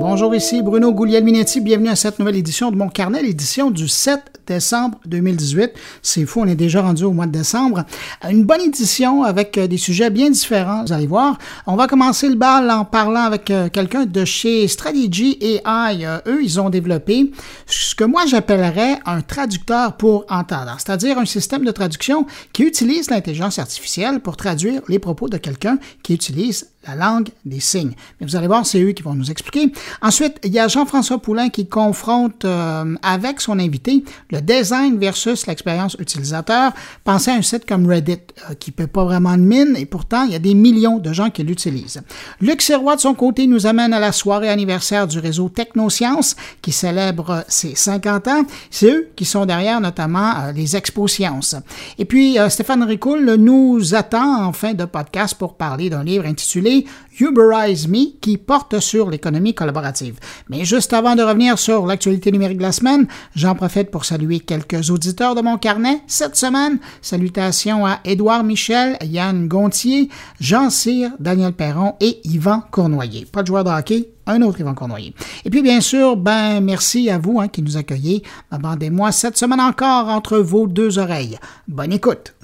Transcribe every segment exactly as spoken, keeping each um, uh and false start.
Bonjour, ici Bruno Guglielminetti. Bienvenue à cette nouvelle édition de mon carnet, l'édition du sept décembre deux mille dix-huit. C'est fou, on est déjà rendu au mois de décembre. Une bonne édition avec des sujets bien différents, vous allez voir. On va commencer le bal en parlant avec quelqu'un de chez Strategy A I. Eux, ils ont développé ce que moi j'appellerais un traducteur pour entendants, c'est-à-dire un système de traduction qui utilise l'intelligence artificielle pour traduire les propos de quelqu'un qui utilise la langue des signes. Mais vous allez voir, c'est eux qui vont nous expliquer. Ensuite, il y a Jean-François Poulain qui confronte euh, avec son invité le design versus l'expérience utilisateur. Pensez à un site comme Reddit euh, qui ne paie pas vraiment de mine et pourtant, il y a des millions de gens qui l'utilisent. Luc Sirois, de son côté, nous amène à la soirée anniversaire du réseau Technosciences qui célèbre ses cinquante ans. C'est eux qui sont derrière notamment euh, les expos sciences. Et puis, euh, Stéphane Ricoul nous attend en fin de podcast pour parler d'un livre intitulé Uberize Me qui porte sur l'économie collaborative. Mais juste avant de revenir sur l'actualité numérique de la semaine, j'en profite pour saluer quelques auditeurs de mon carnet. Cette semaine, salutations à Édouard Michel, Yann Gontier, Jean Cyr, Daniel Perron et Yvan Cournoyer. Pas de joueur de hockey, un autre Yvan Cournoyer. Et puis, bien sûr, ben merci à vous hein, qui nous accueillez. Abandez-moi cette semaine encore entre vos deux oreilles. Bonne écoute!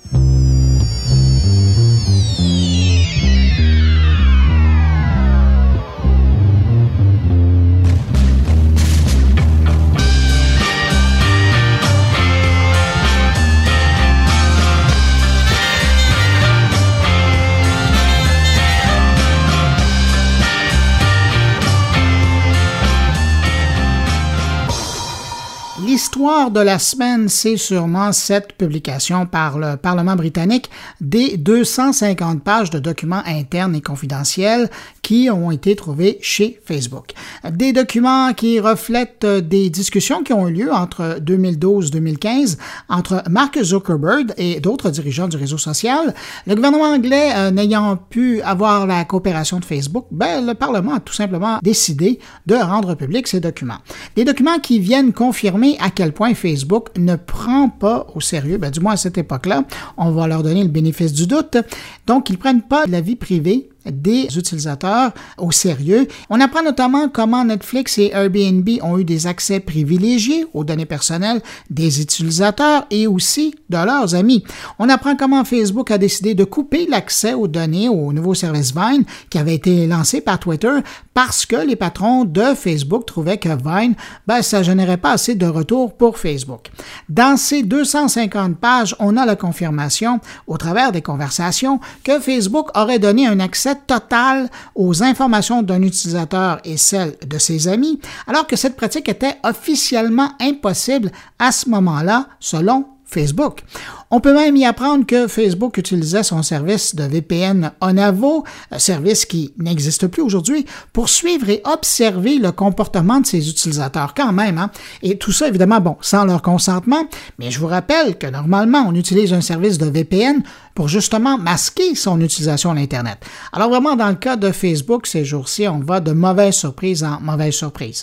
L'histoire de la semaine, c'est sûrement cette publication par le Parlement britannique des deux cent cinquante pages de documents internes et confidentiels qui ont été trouvés chez Facebook. Des documents qui reflètent des discussions qui ont eu lieu entre deux mille douze deux mille quinze entre Mark Zuckerberg et d'autres dirigeants du réseau social. Le gouvernement anglais euh, n'ayant pu avoir la coopération de Facebook, ben, le Parlement a tout simplement décidé de rendre public ces documents. Des documents qui viennent confirmer à quel point Facebook ne prend pas au sérieux, ben, du moins à cette époque-là, on va leur donner le bénéfice du doute, donc ils ne prennent pas la vie privée des utilisateurs au sérieux. On apprend notamment comment Netflix et Airbnb ont eu des accès privilégiés aux données personnelles des utilisateurs et aussi de leurs amis. On apprend comment Facebook a décidé de couper l'accès aux données au nouveau service Vine qui avait été lancé par Twitter parce que les patrons de Facebook trouvaient que Vine, ben, ça générait pas assez de retours pour Facebook. Dans ces deux cent cinquante pages, on a la confirmation, au travers des conversations, que Facebook aurait donné un accès total aux informations d'un utilisateur et celles de ses amis, alors que cette pratique était officiellement impossible à ce moment-là, selon Facebook. On peut même y apprendre que Facebook utilisait son service de V P N Onavo, un service qui n'existe plus aujourd'hui, pour suivre et observer le comportement de ses utilisateurs quand même. Hein? Et tout ça, évidemment, bon, sans leur consentement, mais je vous rappelle que normalement, on utilise un service de V P N pour justement masquer son utilisation d'Internet. Alors vraiment, dans le cas de Facebook, ces jours-ci, on va de mauvaise surprise en mauvaise surprise.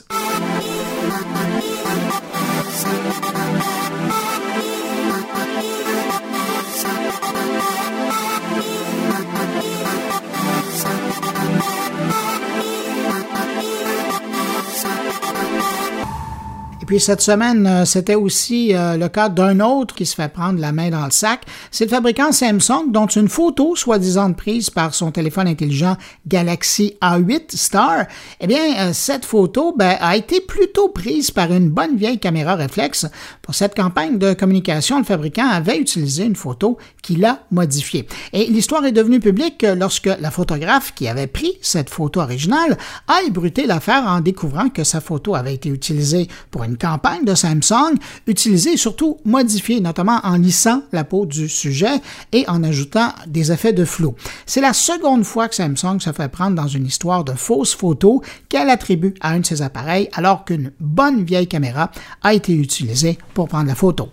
Puis cette semaine, c'était aussi euh, le cas d'un autre qui se fait prendre la main dans le sac. C'est le fabricant Samsung dont une photo soi-disant prise par son téléphone intelligent Galaxy A huit Star, eh bien, euh, cette photo ben, a été plutôt prise par une bonne vieille caméra réflexe. Pour cette campagne de communication, le fabricant avait utilisé une photo qu'il a modifiée. Et l'histoire est devenue publique lorsque la photographe qui avait pris cette photo originale a ébruité l'affaire en découvrant que sa photo avait été utilisée pour une campagne de Samsung, utilisée et surtout modifiée, notamment en lissant la peau du sujet et en ajoutant des effets de flou. C'est la seconde fois que Samsung se fait prendre dans une histoire de fausses photos qu'elle attribue à un de ses appareils, alors qu'une bonne vieille caméra a été utilisée pour prendre la photo.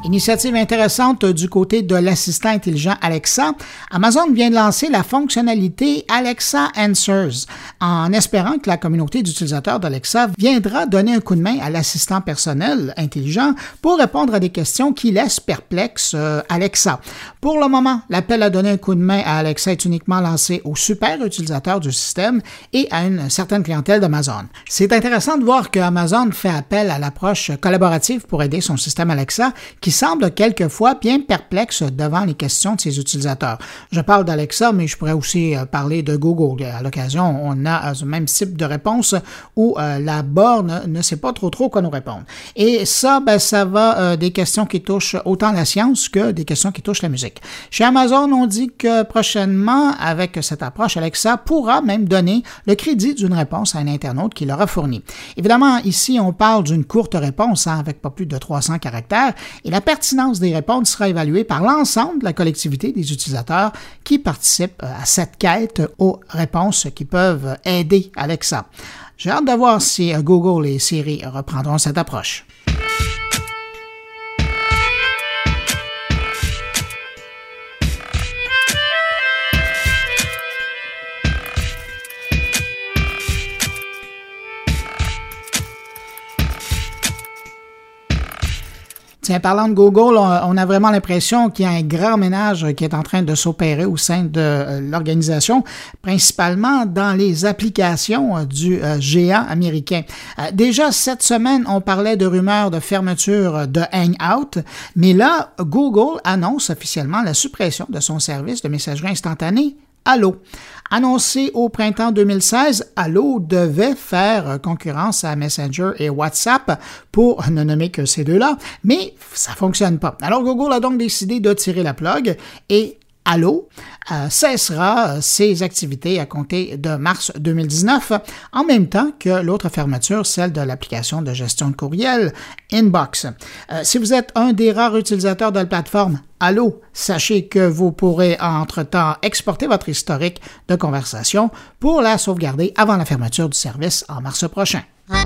Initiative intéressante du côté de l'assistant intelligent Alexa. Amazon vient de lancer la fonctionnalité Alexa Answers en espérant que la communauté d'utilisateurs d'Alexa viendra donner un coup de main à l'assistant personnel intelligent pour répondre à des questions qui laissent perplexe euh, Alexa. Pour le moment, l'appel à donner un coup de main à Alexa est uniquement lancé aux super utilisateurs du système et à une certaine clientèle d'Amazon. C'est intéressant de voir que Amazon fait appel à l'approche collaborative pour aider son système Alexa qui semble quelquefois bien perplexe devant les questions de ses utilisateurs. Je parle d'Alexa, mais je pourrais aussi parler de Google. À l'occasion, on a ce même type de réponse où euh, la borne ne sait pas trop trop quoi nous répondre. Et ça, ben, ça va euh, des questions qui touchent autant la science que des questions qui touchent la musique. Chez Amazon, on dit que prochainement, avec cette approche, Alexa pourra même donner le crédit d'une réponse à un internaute qui l'aura fourni. Évidemment, ici, on parle d'une courte réponse hein, avec pas plus de trois cents caractères et la pertinence des réponses sera évaluée par l'ensemble de la collectivité des utilisateurs qui participent à cette quête aux réponses qui peuvent aider Alexa. J'ai hâte de voir si Google et Siri reprendront cette approche. Tiens, parlant de Google, on a vraiment l'impression qu'il y a un grand ménage qui est en train de s'opérer au sein de l'organisation, principalement dans les applications du géant américain. Déjà, cette semaine, on parlait de rumeurs de fermeture de Hangout, mais là, Google annonce officiellement la suppression de son service de messagerie instantanée Allo. Annoncé au printemps deux mille seize, Allo devait faire concurrence à Messenger et WhatsApp pour ne nommer que ces deux-là, mais ça ne fonctionne pas. Alors Google a donc décidé de tirer la plug et Allo euh, cessera ses activités à compter de mars deux mille dix-neuf, en même temps que l'autre fermeture, celle de l'application de gestion de courriel Inbox. Euh, si vous êtes un des rares utilisateurs de la plateforme Allo, sachez que vous pourrez entre-temps exporter votre historique de conversation pour la sauvegarder avant la fermeture du service en mars prochain.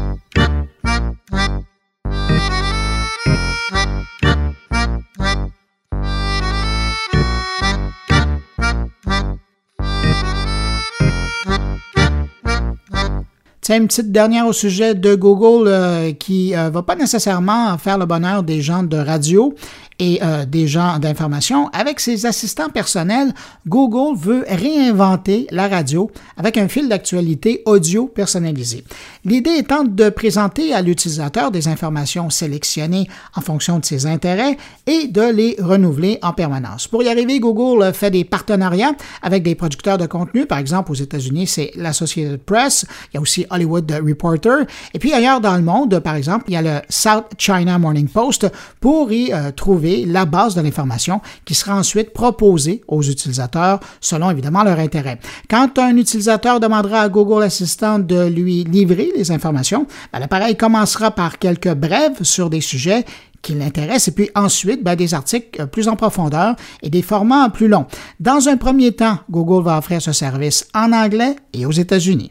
C'est une petite dernière au sujet de Google euh, qui ne euh, va pas nécessairement faire le bonheur des gens de radio et euh, des gens d'information. Avec ses assistants personnels, Google veut réinventer la radio avec un fil d'actualité audio personnalisé. L'idée étant de présenter à l'utilisateur des informations sélectionnées en fonction de ses intérêts et de les renouveler en permanence. Pour y arriver, Google fait des partenariats avec des producteurs de contenu. Par exemple, aux États-Unis, c'est l'Associated Press. Il y a aussi Hollywood Reporter. Et puis ailleurs dans le monde, par exemple, il y a le South China Morning Post pour y euh, trouver la base de l'information qui sera ensuite proposée aux utilisateurs selon évidemment leur intérêt. Quand un utilisateur demandera à Google Assistant de lui livrer les informations, ben, l'appareil commencera par quelques brèves sur des sujets qui l'intéressent et puis ensuite ben, des articles plus en profondeur et des formats plus longs. Dans un premier temps, Google va offrir ce service en anglais et aux États-Unis.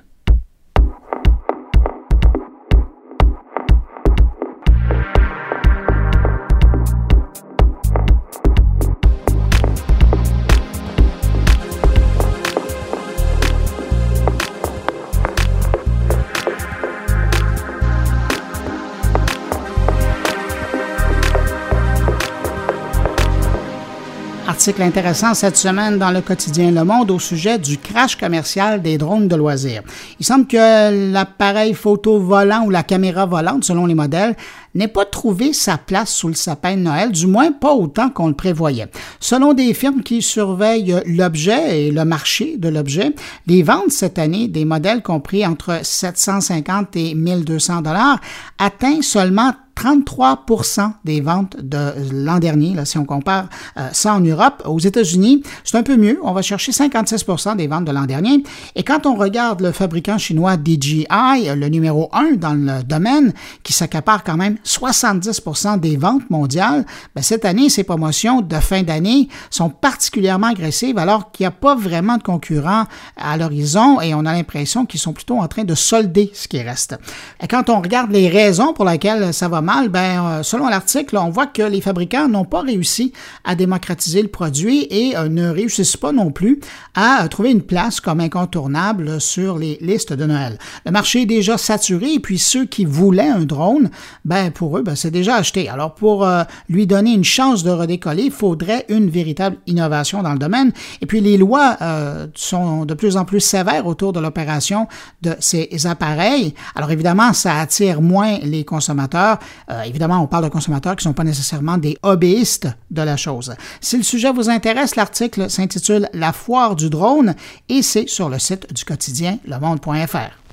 Article intéressant cette semaine dans le quotidien Le Monde au sujet du crash commercial des drones de loisirs. Il semble que l'appareil photo volant ou la caméra volante, selon les modèles, n'ait pas trouvé sa place sous le sapin de Noël, du moins pas autant qu'on le prévoyait. Selon des firmes qui surveillent l'objet et le marché de l'objet, les ventes cette année des modèles compris entre sept cent cinquante et mille deux cents dollars atteignent seulement trente-trois pour cent des ventes de l'an dernier, là, si on compare euh, ça en Europe. Aux États-Unis, c'est un peu mieux. On va chercher cinquante-six pour cent des ventes de l'an dernier. Et quand on regarde le fabricant chinois D J I, le numéro un dans le domaine, qui s'accapare quand même soixante-dix pour cent des ventes mondiales, ben, cette année, ces promotions de fin d'année sont particulièrement agressives alors qu'il n'y a pas vraiment de concurrents à l'horizon et on a l'impression qu'ils sont plutôt en train de solder ce qui reste. Et quand on regarde les raisons pour lesquelles ça va mal, ben, euh, selon l'article, on voit que les fabricants n'ont pas réussi à démocratiser le produit et euh, ne réussissent pas non plus à euh, trouver une place comme incontournable sur les listes de Noël. Le marché est déjà saturé et puis ceux qui voulaient un drone, ben, pour eux, ben, c'est déjà acheté. Alors, pour euh, lui donner une chance de redécoller, il faudrait une véritable innovation dans le domaine. Et puis, les lois euh, sont de plus en plus sévères autour de l'opération de ces appareils. Alors, évidemment, ça attire moins les consommateurs. Euh, évidemment, on parle de consommateurs qui ne sont pas nécessairement des hobbyistes de la chose. Si le sujet vous intéresse, l'article s'intitule « La foire du drone » et c'est sur le site du quotidien le monde point f r.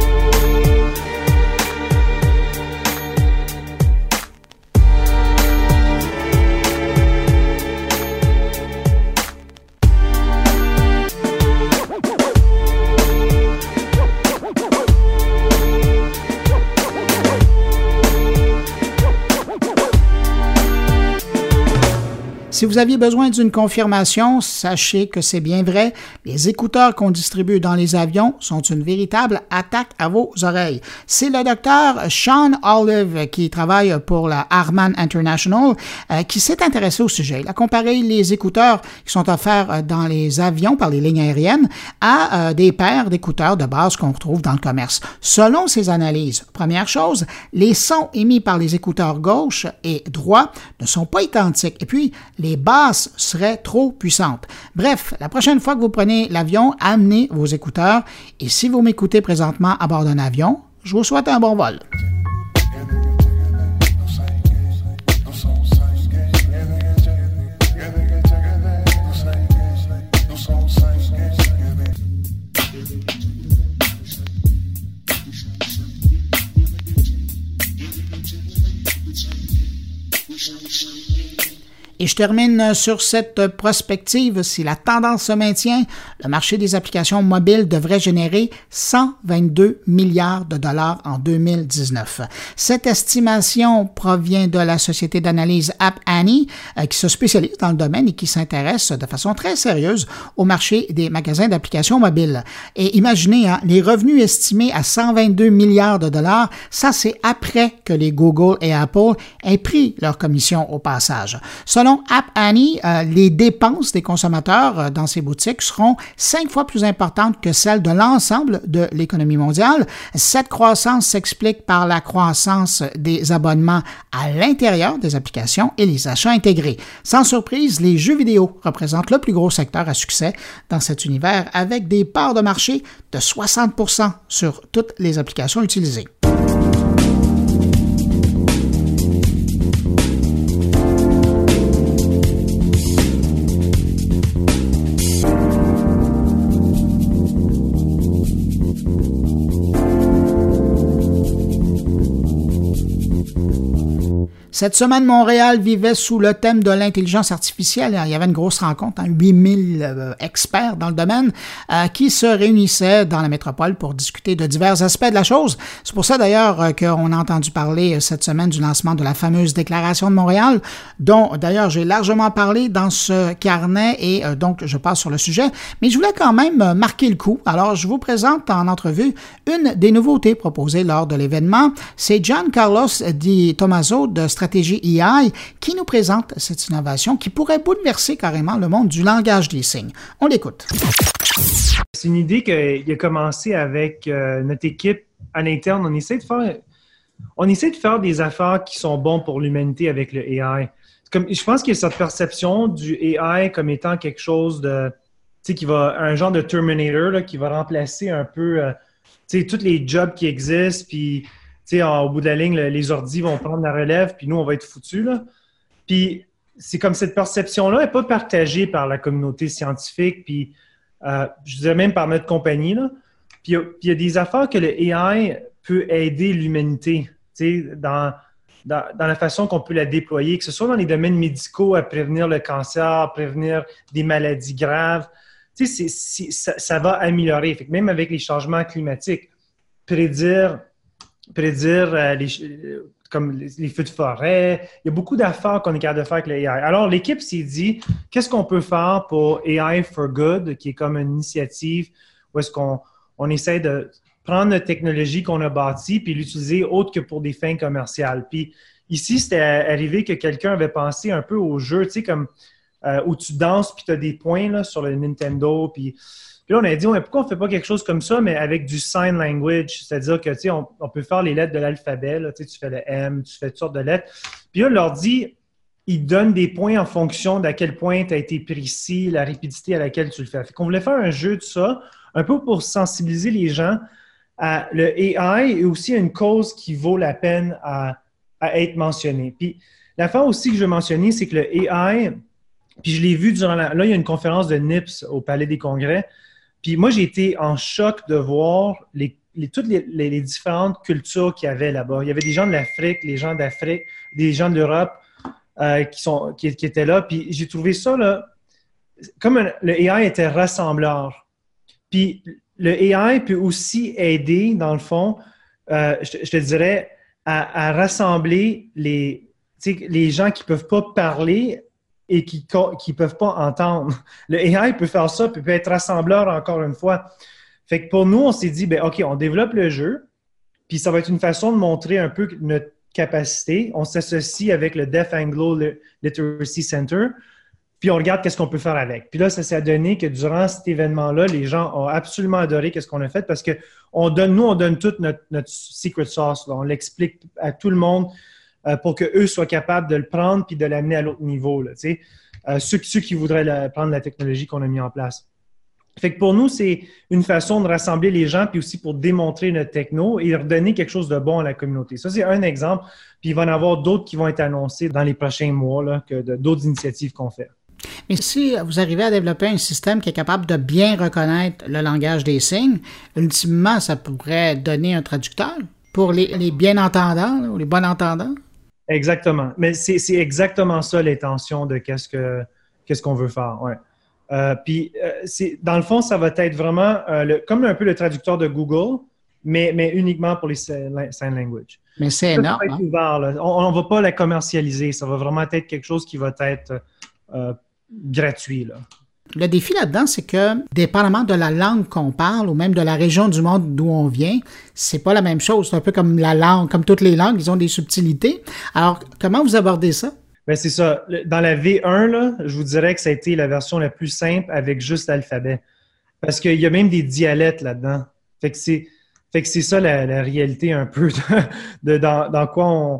Si vous aviez besoin d'une confirmation, sachez que c'est bien vrai. Les écouteurs qu'on distribue dans les avions sont une véritable attaque à vos oreilles. C'est le docteur Sean Olive, qui travaille pour la Harman International, euh, qui s'est intéressé au sujet. Il a comparé les écouteurs qui sont offerts dans les avions par les lignes aériennes à euh, des paires d'écouteurs de base qu'on retrouve dans le commerce. Selon ses analyses, première chose, les sons émis par les écouteurs gauche et droit ne sont pas identiques. Et puis, les basses seraient trop puissantes. Bref, la prochaine fois que vous prenez l'avion, amenez vos écouteurs et si vous m'écoutez présentement à bord d'un avion, je vous souhaite un bon vol. Et je termine sur cette prospective. Si la tendance se maintient, le marché des applications mobiles devrait générer cent vingt-deux milliards de dollars en deux mille dix-neuf. Cette estimation provient de la société d'analyse App Annie, euh, qui se spécialise dans le domaine et qui s'intéresse de façon très sérieuse au marché des magasins d'applications mobiles. Et imaginez, hein, les revenus estimés à cent vingt-deux milliards de dollars, ça c'est après que les Google et Apple aient pris leur commission au passage. Selon App Annie, euh, les dépenses des consommateurs euh, dans ces boutiques seront cinq fois plus importantes que celles de l'ensemble de l'économie mondiale. Cette croissance s'explique par la croissance des abonnements à l'intérieur des applications et les achats intégrés. Sans surprise, les jeux vidéo représentent le plus gros secteur à succès dans cet univers avec des parts de marché de soixante pour cent sur toutes les applications utilisées. Cette semaine, Montréal vivait sous le thème de l'intelligence artificielle. Il y avait une grosse rencontre, hein, huit mille euh, experts dans le domaine euh, qui se réunissaient dans la métropole pour discuter de divers aspects de la chose. C'est pour ça d'ailleurs euh, qu'on a entendu parler euh, cette semaine du lancement de la fameuse Déclaration de Montréal, dont d'ailleurs j'ai largement parlé dans ce carnet et euh, donc je passe sur le sujet. Mais je voulais quand même euh, marquer le coup. Alors je vous présente en entrevue une des nouveautés proposées lors de l'événement. C'est Giancarlo Di Tommaso de Stratégie E I qui nous présente cette innovation qui pourrait bouleverser carrément le monde du langage des signes. On l'écoute. C'est une idée qu'il a commencé avec euh, notre équipe à l'interne. On essaie de faire, on essaie de faire des affaires qui sont bonnes pour l'humanité avec le A I. Comme, je pense qu'il y a cette perception du A I comme étant quelque chose de, tu sais, qui va, un genre de Terminator là, qui va remplacer un peu, euh, tu sais, tous les jobs qui existent, puis tu sais, au bout de la ligne, les ordis vont prendre la relève, puis nous, on va être foutus, là. Puis, c'est comme cette perception-là n'est pas partagée par la communauté scientifique, puis euh, je dirais même par notre compagnie, là. Puis, il y a des affaires que le A I peut aider l'humanité, tu sais, dans, dans, dans la façon qu'on peut la déployer, que ce soit dans les domaines médicaux, à prévenir le cancer, à prévenir des maladies graves. Tu sais, c'est, c'est, ça, ça va améliorer. Fait que même avec les changements climatiques, prédire... prédire euh, les, euh, comme les, les feux de forêt. Il y a beaucoup d'affaires qu'on est capable de faire avec le A I. Alors, l'équipe s'est dit, qu'est-ce qu'on peut faire pour A I for Good, qui est comme une initiative où est-ce qu'on on essaie de, prendre notre technologie qu'on a bâtie puis l'utiliser autre que pour des fins commerciales. Puis ici, c'était arrivé que quelqu'un avait pensé un peu au jeu, tu sais, comme euh, où tu danses puis tu as des points là, sur le Nintendo. Puis, puis là, on a dit, ouais, pourquoi on ne fait pas quelque chose comme ça, mais avec du sign language, c'est-à-dire que, tu sais, on, on peut faire les lettres de l'alphabet, là, tu sais, tu fais le M, tu fais toutes sortes de lettres. Puis là, on leur dit, ils donnent des points en fonction d'à quel point tu as été précis, la rapidité à laquelle tu le fais. Fait qu'on voulait faire un jeu de ça, un peu pour sensibiliser les gens à le A I et aussi à une cause qui vaut la peine à, à être mentionnée. Puis l'affaire aussi que je veux mentionner, c'est que le A I, puis je l'ai vu durant la... Là, il y a une conférence de N I P S au Palais des Congrès, puis moi, j'ai été en choc de voir les, les, toutes les, les, les différentes cultures qu'il y avait là-bas. Il y avait des gens de l'Afrique, les gens d'Afrique, des gens de l'Europe, Euh, qui, sont, qui, qui étaient là. Puis j'ai trouvé ça, là, comme un, le A I était rassembleur. Puis le A I peut aussi aider, dans le fond, euh, je, je te dirais, à, à rassembler les, les gens qui ne peuvent pas parler et qui ne peuvent pas entendre. Le A I peut faire ça, puis peut être rassembleur encore une fois. Fait que pour nous, on s'est dit, ben OK, on développe le jeu, puis ça va être une façon de montrer un peu notre capacité. On s'associe avec le Deaf Anglo Literacy Center, puis on regarde qu'est-ce qu'on peut faire avec. Puis là, ça s'est donné que durant cet événement-là, les gens ont absolument adoré qu'est-ce qu'on a fait parce que on donne, nous, on donne toute notre, notre secret sauce. Là. On l'explique à tout le monde euh, pour qu'eux soient capables de le prendre puis de l'amener à l'autre niveau. Là, euh, ceux, ceux qui voudraient la, prendre la technologie qu'on a mis en place. Fait que pour nous, c'est une façon de rassembler les gens puis aussi pour démontrer notre techno et redonner quelque chose de bon à la communauté. Ça, c'est un exemple. Puis il va y en avoir d'autres qui vont être annoncés dans les prochains mois, là, que de, d'autres initiatives qu'on fait. Mais si vous arrivez à développer un système qui est capable de bien reconnaître le langage des signes, ultimement, ça pourrait donner un traducteur pour les, les bien-entendants là, ou les bon-entendants? Exactement. Mais c'est, c'est exactement ça l'intention de qu'est-ce, que, qu'est-ce qu'on veut faire. Ouais. Euh, puis, euh, c'est, dans le fond, ça va être vraiment euh, le, comme un peu le traducteur de Google, mais, mais uniquement pour les sign language. Mais c'est ça, énorme. Ça va être ouvert, là. On ne va pas la commercialiser. Ça va vraiment être quelque chose qui va être euh, gratuit. Là. Le défi là-dedans, c'est que, dépendamment de la langue qu'on parle ou même de la région du monde d'où on vient, c'est pas la même chose. C'est un peu comme la langue, comme toutes les langues, ils ont des subtilités. Alors, comment vous abordez ça? Bien, c'est ça. Dans la V un, là, je vous dirais que ça a été la version la plus simple avec juste l'alphabet. Parce qu'il y a même des dialectes là-dedans. Fait que c'est, fait que c'est ça la, la réalité un peu de, de dans, dans quoi on,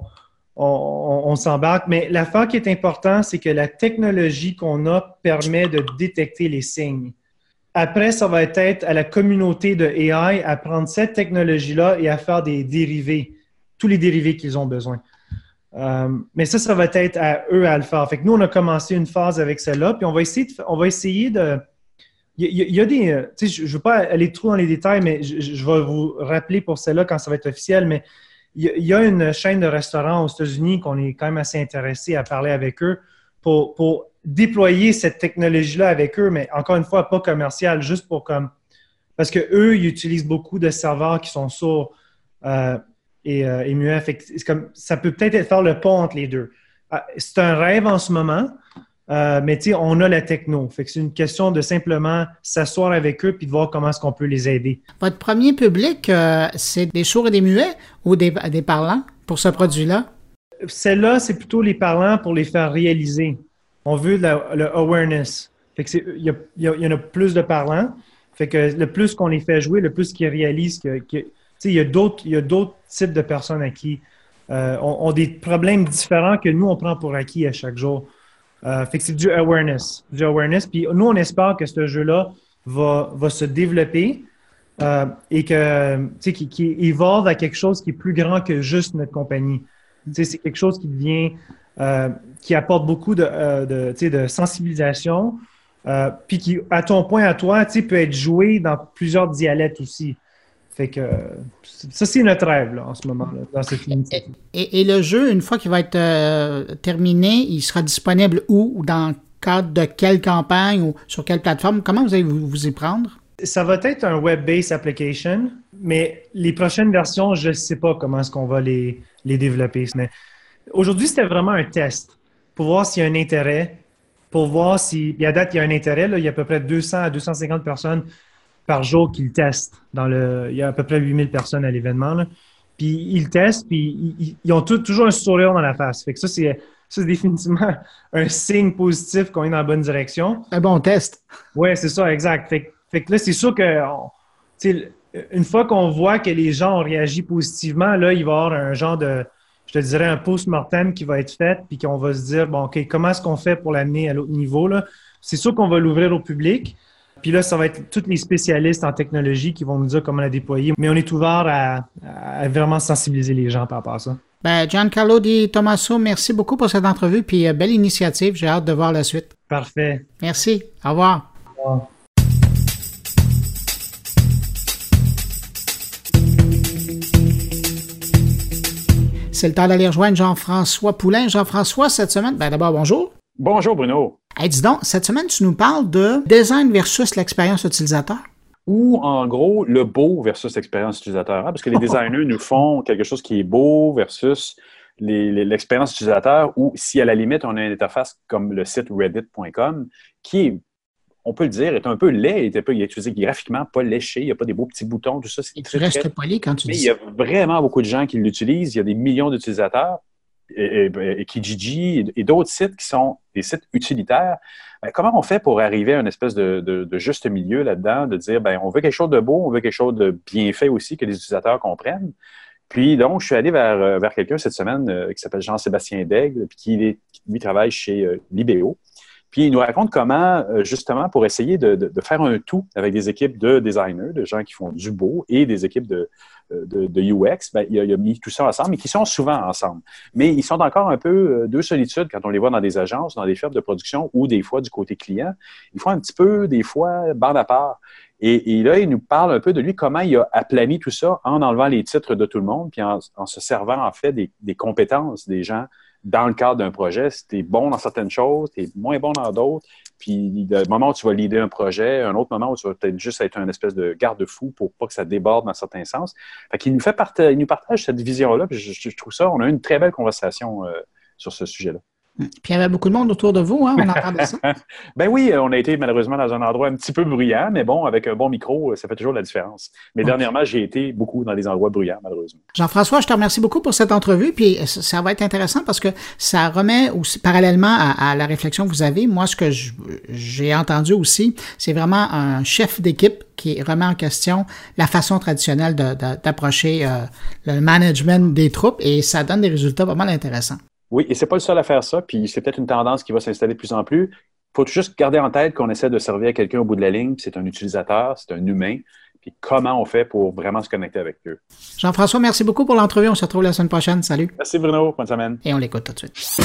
on, on s'embarque. Mais l'affaire qui est importante, c'est que la technologie qu'on a permet de détecter les signes. Après, ça va être à la communauté de A I à prendre cette technologie-là et à faire des dérivés, tous les dérivés qu'ils ont besoin. Euh, mais ça, ça va être à eux à le faire. Fait que nous, on a commencé une phase avec celle-là, puis on va essayer de, on va essayer de... Il y, y a des... Tu sais, je ne veux pas aller trop dans les détails, mais je, je vais vous rappeler pour celle-là quand ça va être officiel, mais il y, y a une chaîne de restaurants aux États-Unis qu'on est quand même assez intéressé à parler avec eux pour, pour déployer cette technologie-là avec eux, mais encore une fois, pas commercial, juste pour comme... Parce qu'eux, ils utilisent beaucoup de serveurs qui sont sourds. Euh, Et, euh, et muet. Fait que c'est comme, ça peut peut-être faire le pont entre les deux. Euh, c'est un rêve en ce moment, euh, mais tu sais, on a la techno. Fait que c'est une question de simplement s'asseoir avec eux puis de voir comment est-ce qu'on peut les aider. Votre premier public, euh, c'est des sourds et des muets ou des, des parlants pour ce produit-là? Celle-là, c'est plutôt les parlants pour les faire réaliser. On veut la, le awareness. Fait que c'est, il y, a, il y en a plus de parlants. Fait que le plus qu'on les fait jouer, le plus qu'ils réalisent que, que il y a d'autres, il y a d'autres types de personnes à qui euh, ont, ont des problèmes différents que nous, on prend pour acquis à chaque jour. Euh, fait que c'est du awareness. Du awareness. Puis nous, on espère que ce jeu-là va, va se développer euh, et que, tu sais, qui, qui évolve à quelque chose qui est plus grand que juste notre compagnie. Tu sais, c'est quelque chose qui devient, euh, qui apporte beaucoup de, euh, de, tu sais, de sensibilisation, euh, puis qui, à ton point à toi, tu sais, peut être joué dans plusieurs dialectes aussi. Fait que ça, c'est notre rêve là, en ce moment, là, dans cette initiative. Et, et le jeu, une fois qu'il va être euh, terminé, il sera disponible où? Ou dans le cadre de quelle campagne ou sur quelle plateforme? Comment vous allez vous, vous y prendre? Ça va être un web-based application, mais les prochaines versions, je ne sais pas comment est-ce qu'on va les, les développer. Mais aujourd'hui, c'était vraiment un test pour voir s'il y a un intérêt, pour voir si... À date, il y a un intérêt. Là, il y a à peu près deux cents à deux cent cinquante personnes par jour qui le testent. Dans le, il y a à peu près huit mille personnes à l'événement, là. Puis ils le testent, puis ils, ils ont tout, toujours un sourire dans la face. Fait que ça, c'est, ça, c'est définitivement un signe positif qu'on est dans la bonne direction. Un bon test. Oui, c'est ça, exact. Fait, fait que là, c'est sûr que on, une fois qu'on voit que les gens ont réagi positivement, là, il va y avoir un genre de, je te dirais, un post-mortem qui va être fait, puis qu'on va se dire, bon, OK, comment est-ce qu'on fait pour l'amener à l'autre niveau, là? C'est sûr qu'on va l'ouvrir au public. Puis là, ça va être tous les spécialistes en technologie qui vont nous dire comment la déployer. Mais on est ouvert à, à vraiment sensibiliser les gens par rapport à ça. Ben, Giancarlo Di Tommaso, merci beaucoup pour cette entrevue. Puis, euh, belle initiative. J'ai hâte de voir la suite. Parfait. Merci. Au revoir. Au revoir. C'est le temps d'aller rejoindre Jean-François Poulain. Jean-François, cette semaine, ben d'abord, bonjour. Bonjour Bruno. Hey, dis donc, cette semaine, tu nous parles de design versus l'expérience utilisateur. Ou en gros, le beau versus l'expérience utilisateur. Hein? Parce que les designers nous font quelque chose qui est beau versus les, les, l'expérience utilisateur, ou si à la limite, on a une interface comme le site reddit point com, qui est, on peut le dire, est un peu laid, il est, un peu, il est utilisé graphiquement, pas léché, il n'y a pas des beaux petits boutons, tout ça. Et tu restes très... poli quand tu Mais dis il y a vraiment beaucoup de gens qui l'utilisent, il y a des millions d'utilisateurs. Et, et, et Kijiji et, et d'autres sites qui sont des sites utilitaires, ben, comment on fait pour arriver à une espèce de, de, de juste milieu là-dedans, de dire, ben on veut quelque chose de beau, on veut quelque chose de bien fait aussi, que les utilisateurs comprennent. Puis donc, je suis allé vers, vers quelqu'un cette semaine euh, qui s'appelle Jean-Sébastien Daigle, puis qui, est, qui lui travaille chez euh, Libéo. Puis il nous raconte comment, euh, justement, pour essayer de, de, de faire un tout avec des équipes de designers, de gens qui font du beau, et des équipes de, de, de U X, ben, il, a, il a mis tout ça ensemble, mais qui sont souvent ensemble. Mais ils sont encore un peu euh, deux solitudes quand on les voit dans des agences, dans des firmes de production, ou des fois du côté client. Ils font un petit peu, des fois, bande à part. Et, et là, il nous parle un peu de lui, comment il a aplani tout ça en enlevant les titres de tout le monde, puis en, en se servant, en fait, des, des compétences des gens dans le cadre d'un projet. Si tu es bon dans certaines choses, tu es moins bon dans d'autres. Puis, le moment où tu vas leader un projet, un autre moment où tu vas peut-être juste être un espèce de garde-fou pour pas que ça déborde dans certains sens. Fait qu'il nous fait parta- il nous partage cette vision-là. Puis je, je trouve ça, on a eu une très belle conversation euh, sur ce sujet-là. Puis il y avait beaucoup de monde autour de vous, hein? On entend de ça. Ben oui, on a été malheureusement dans un endroit un petit peu bruyant, mais bon, avec un bon micro, ça fait toujours la différence. Mais okay. Dernièrement, j'ai été beaucoup dans des endroits bruyants, malheureusement. Jean-François, je te remercie beaucoup pour cette entrevue, puis ça va être intéressant parce que ça remet aussi, parallèlement à, à la réflexion que vous avez, moi, ce que je, j'ai entendu aussi, c'est vraiment un chef d'équipe qui remet en question la façon traditionnelle de, de, d'approcher euh, le management des troupes, et ça donne des résultats pas mal intéressants. Oui, et c'est pas le seul à faire ça, puis c'est peut-être une tendance qui va s'installer de plus en plus. Il faut juste garder en tête qu'on essaie de servir quelqu'un au bout de la ligne, puis c'est un utilisateur, c'est un humain, puis comment on fait pour vraiment se connecter avec eux. Jean-François, merci beaucoup pour l'entrevue. On se retrouve la semaine prochaine. Salut. Merci Bruno, bonne semaine. Et on l'écoute tout de suite.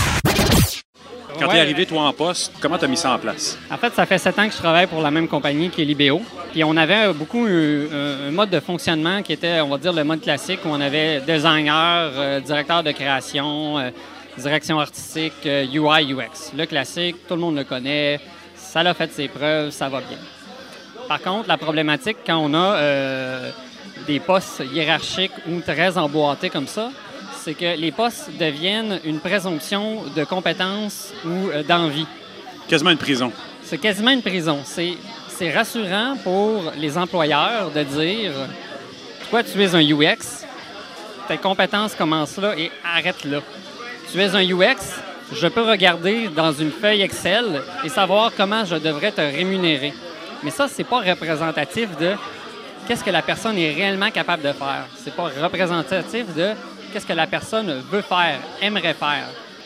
Quand ouais. tu es arrivé, toi, en poste, comment tu as mis ça en place? En fait, ça fait sept ans que je travaille pour la même compagnie qui est Libéo. Puis on avait beaucoup un, un mode de fonctionnement qui était, on va dire, le mode classique, où on avait designer, euh, directeur de création, euh, direction artistique, euh, U I, U X. Le classique, tout le monde le connaît, ça a fait ses preuves, ça va bien. Par contre, la problématique, quand on a euh, des postes hiérarchiques ou très emboîtés comme ça, c'est que les postes deviennent une présomption de compétence ou euh, d'envie. Quasiment une prison. C'est quasiment une prison. C'est, c'est rassurant pour les employeurs de dire « Toi, tu es un U X, tes compétences commencent là et arrête là. Tu es un U X, je peux regarder dans une feuille Excel et savoir comment je devrais te rémunérer. » Mais ça, c'est pas représentatif de qu'est-ce que la personne est réellement capable de faire. C'est pas représentatif de qu'est-ce que la personne veut faire, aimerait faire.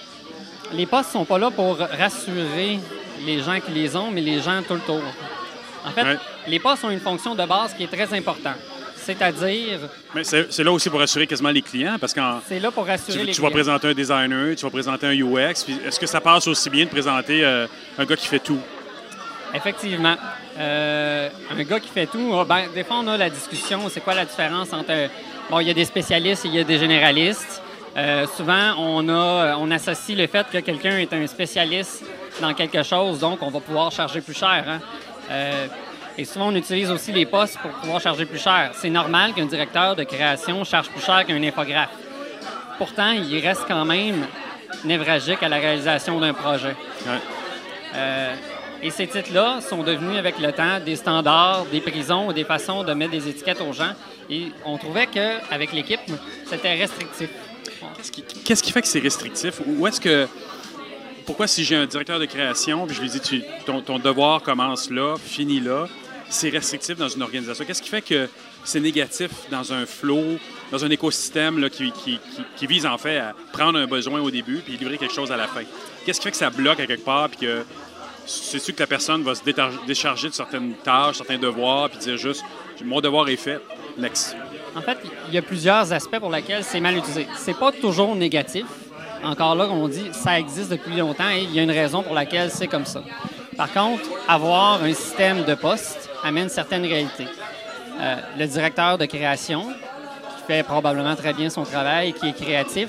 Les postes sont pas là pour rassurer les gens qui les ont, mais les gens tout le tour. En fait, ouais. les postes ont une fonction de base qui est très importante. C'est-à-dire... Mais c'est, c'est là aussi pour rassurer quasiment les clients, parce que c'est là pour rassurer tu, les tu clients. vas présenter un designer, tu vas présenter un U X. Puis est-ce que ça passe aussi bien de présenter euh, un gars qui fait tout? Effectivement. Euh, un gars qui fait tout, ben, des fois, on a la discussion, c'est quoi la différence entre... Bon, il y a des spécialistes et il y a des généralistes. Euh, souvent, on, a, on associe le fait que quelqu'un est un spécialiste dans quelque chose, donc on va pouvoir charger plus cher. Hein? Euh, et souvent, on utilise aussi les postes pour pouvoir charger plus cher. C'est normal qu'un directeur de création charge plus cher qu'un infographe. Pourtant, il reste quand même névralgique à la réalisation d'un projet. Ouais. Euh, Et ces titres-là sont devenus, avec le temps, des standards, des prisons, des façons de mettre des étiquettes aux gens. Et on trouvait qu'avec l'équipe, c'était restrictif. Qu'est-ce qui, qu'est-ce qui fait que c'est restrictif? Ou est-ce que... Pourquoi, si j'ai un directeur de création, puis je lui dis, tu, ton, ton devoir commence là, finit là, c'est restrictif dans une organisation? Qu'est-ce qui fait que c'est négatif dans un flow, dans un écosystème là, qui, qui, qui, qui vise en fait à prendre un besoin au début puis livrer quelque chose à la fin? Qu'est-ce qui fait que ça bloque à quelque part puis que c'est sûr que la personne va se décharger de certaines tâches, certains devoirs puis dire juste « mon devoir est fait, next ». En fait, il y a plusieurs aspects pour lesquels c'est mal utilisé. C'est pas toujours négatif. Encore là, on dit ça existe depuis longtemps et il y a une raison pour laquelle c'est comme ça. Par contre, avoir un système de poste amène certaines réalités. Euh, le directeur de création, qui fait probablement très bien son travail, qui est créatif,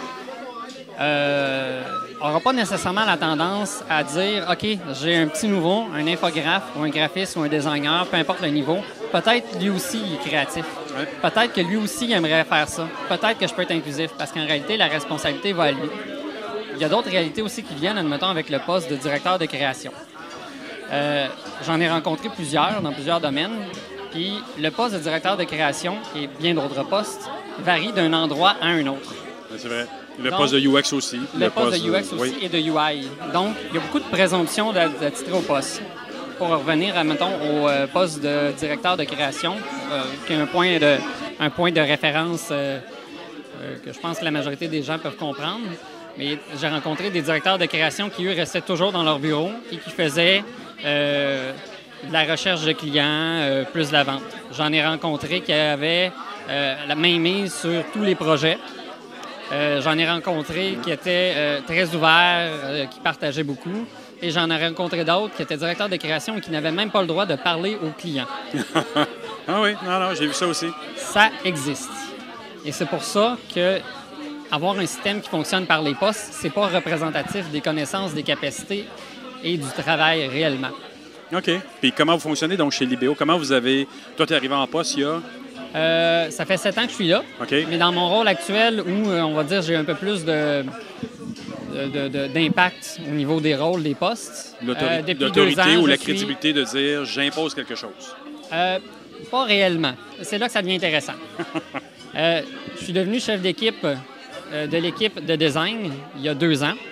n'aura euh, pas nécessairement la tendance à dire « OK, j'ai un petit nouveau, un infographe ou un graphiste ou un designer, peu importe le niveau, peut-être lui aussi il est créatif. Ouais. Peut-être que lui aussi il aimerait faire ça. Peut-être que je peux être inclusif. » Parce qu'en réalité, la responsabilité va à lui. Il y a d'autres réalités aussi qui viennent, admettons, avec le poste de directeur de création. Euh, j'en ai rencontré plusieurs dans plusieurs domaines. Puis le poste de directeur de création et bien d'autres postes varie d'un endroit à un autre. C'est vrai. Le Donc, poste de U X aussi. Le, le poste, poste de U X de... aussi oui. Et de U I. Donc, il y a beaucoup de présomptions d'attitré au poste. Pour revenir, mettons, au euh, poste de directeur de création, euh, qui est un point de, un point de référence euh, euh, que je pense que la majorité des gens peuvent comprendre. Mais j'ai rencontré des directeurs de création qui, eux, restaient toujours dans leur bureau et qui faisaient euh, de la recherche de clients, euh, plus de la vente. J'en ai rencontré qui avaient euh, la main mise sur tous les projets. Euh, j'en ai rencontré qui étaient euh, très ouverts, euh, qui partageaient beaucoup. Et j'en ai rencontré d'autres qui étaient directeurs de création et qui n'avaient même pas le droit de parler aux clients. Ah oui, non, non, j'ai vu ça aussi. Ça existe. Et c'est pour ça que avoir un système qui fonctionne par les postes, c'est pas représentatif des connaissances, des capacités et du travail réellement. OK. Puis comment vous fonctionnez donc chez Libéo? Comment vous avez... Toi, tu es arrivé en poste il y a... Euh, ça fait sept ans que je suis là. Okay. Mais dans mon rôle actuel, où euh, on va dire j'ai un peu plus de, de, de, d'impact au niveau des rôles, des postes. L'autorité, euh, depuis l'autorité deux ans, ou la suis... crédibilité de dire j'impose quelque chose? Euh, pas réellement. C'est là que ça devient intéressant. euh, je suis devenu chef d'équipe euh, de l'équipe de design il y a deux ans.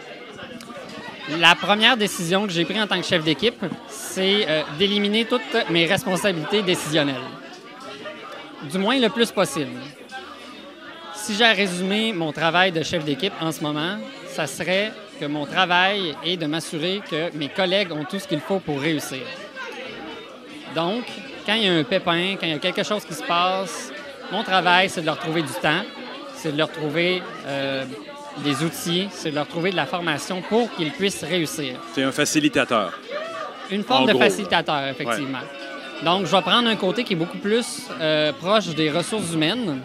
La première décision que j'ai prise en tant que chef d'équipe, c'est euh, d'éliminer toutes mes responsabilités décisionnelles. Du moins le plus possible. Si j'ai à résumer mon travail de chef d'équipe en ce moment, ça serait que mon travail est de m'assurer que mes collègues ont tout ce qu'il faut pour réussir. Donc, quand il y a un pépin, quand il y a quelque chose qui se passe, mon travail, c'est de leur trouver du temps, c'est de leur trouver euh, des outils, c'est de leur trouver de la formation pour qu'ils puissent réussir. C'est un facilitateur. Une forme en de gros. facilitateur, effectivement. Ouais. Donc, je vais prendre un côté qui est beaucoup plus euh, proche des ressources humaines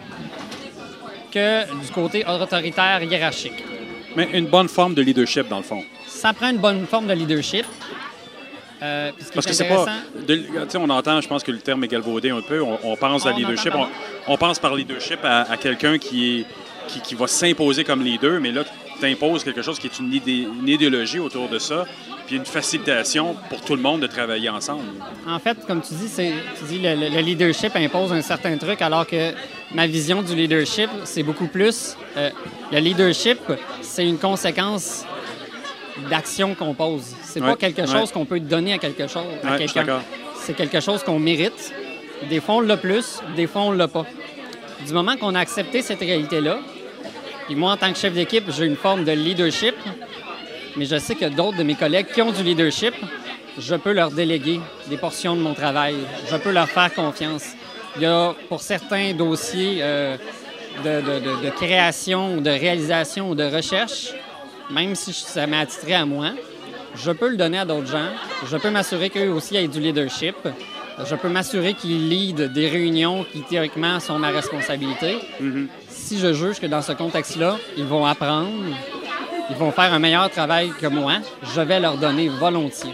que du côté autoritaire hiérarchique. Mais une bonne forme de leadership, dans le fond. Ça prend une bonne forme de leadership. Euh, ce Parce que c'est pas... Tu sais, on entend, je pense que le terme est galvaudé un peu. On, on pense on à leadership. On, on pense par leadership à, à quelqu'un qui, est, qui, qui va s'imposer comme leader, mais là, tu imposes quelque chose qui est une, idée, une idéologie autour de ça, puis une facilitation pour tout le monde de travailler ensemble. En fait, comme tu dis, c'est, tu dis le, le leadership impose un certain truc, alors que ma vision du leadership, c'est beaucoup plus... Euh, le leadership, c'est une conséquence d'action qu'on pose. C'est ouais, pas quelque ouais. chose qu'on peut donner à quelque chose, à ouais, quelqu'un. C'est quelque chose qu'on mérite. Des fois, on l'a plus, des fois, on l'a pas. Du moment qu'on a accepté cette réalité-là, puis moi, en tant que chef d'équipe, j'ai une forme de leadership, mais je sais que d'autres de mes collègues qui ont du leadership, je peux leur déléguer des portions de mon travail. Je peux leur faire confiance. Il y a, pour certains dossiers euh, de, de, de, de création, ou de réalisation ou de recherche, même si ça m'est attitré à moi, je peux le donner à d'autres gens. Je peux m'assurer qu'eux aussi aient du leadership. Je peux m'assurer qu'ils leadent des réunions qui, théoriquement, sont ma responsabilité. Mm-hmm. Si je juge que dans ce contexte-là, ils vont apprendre, ils vont faire un meilleur travail que moi, je vais leur donner volontiers.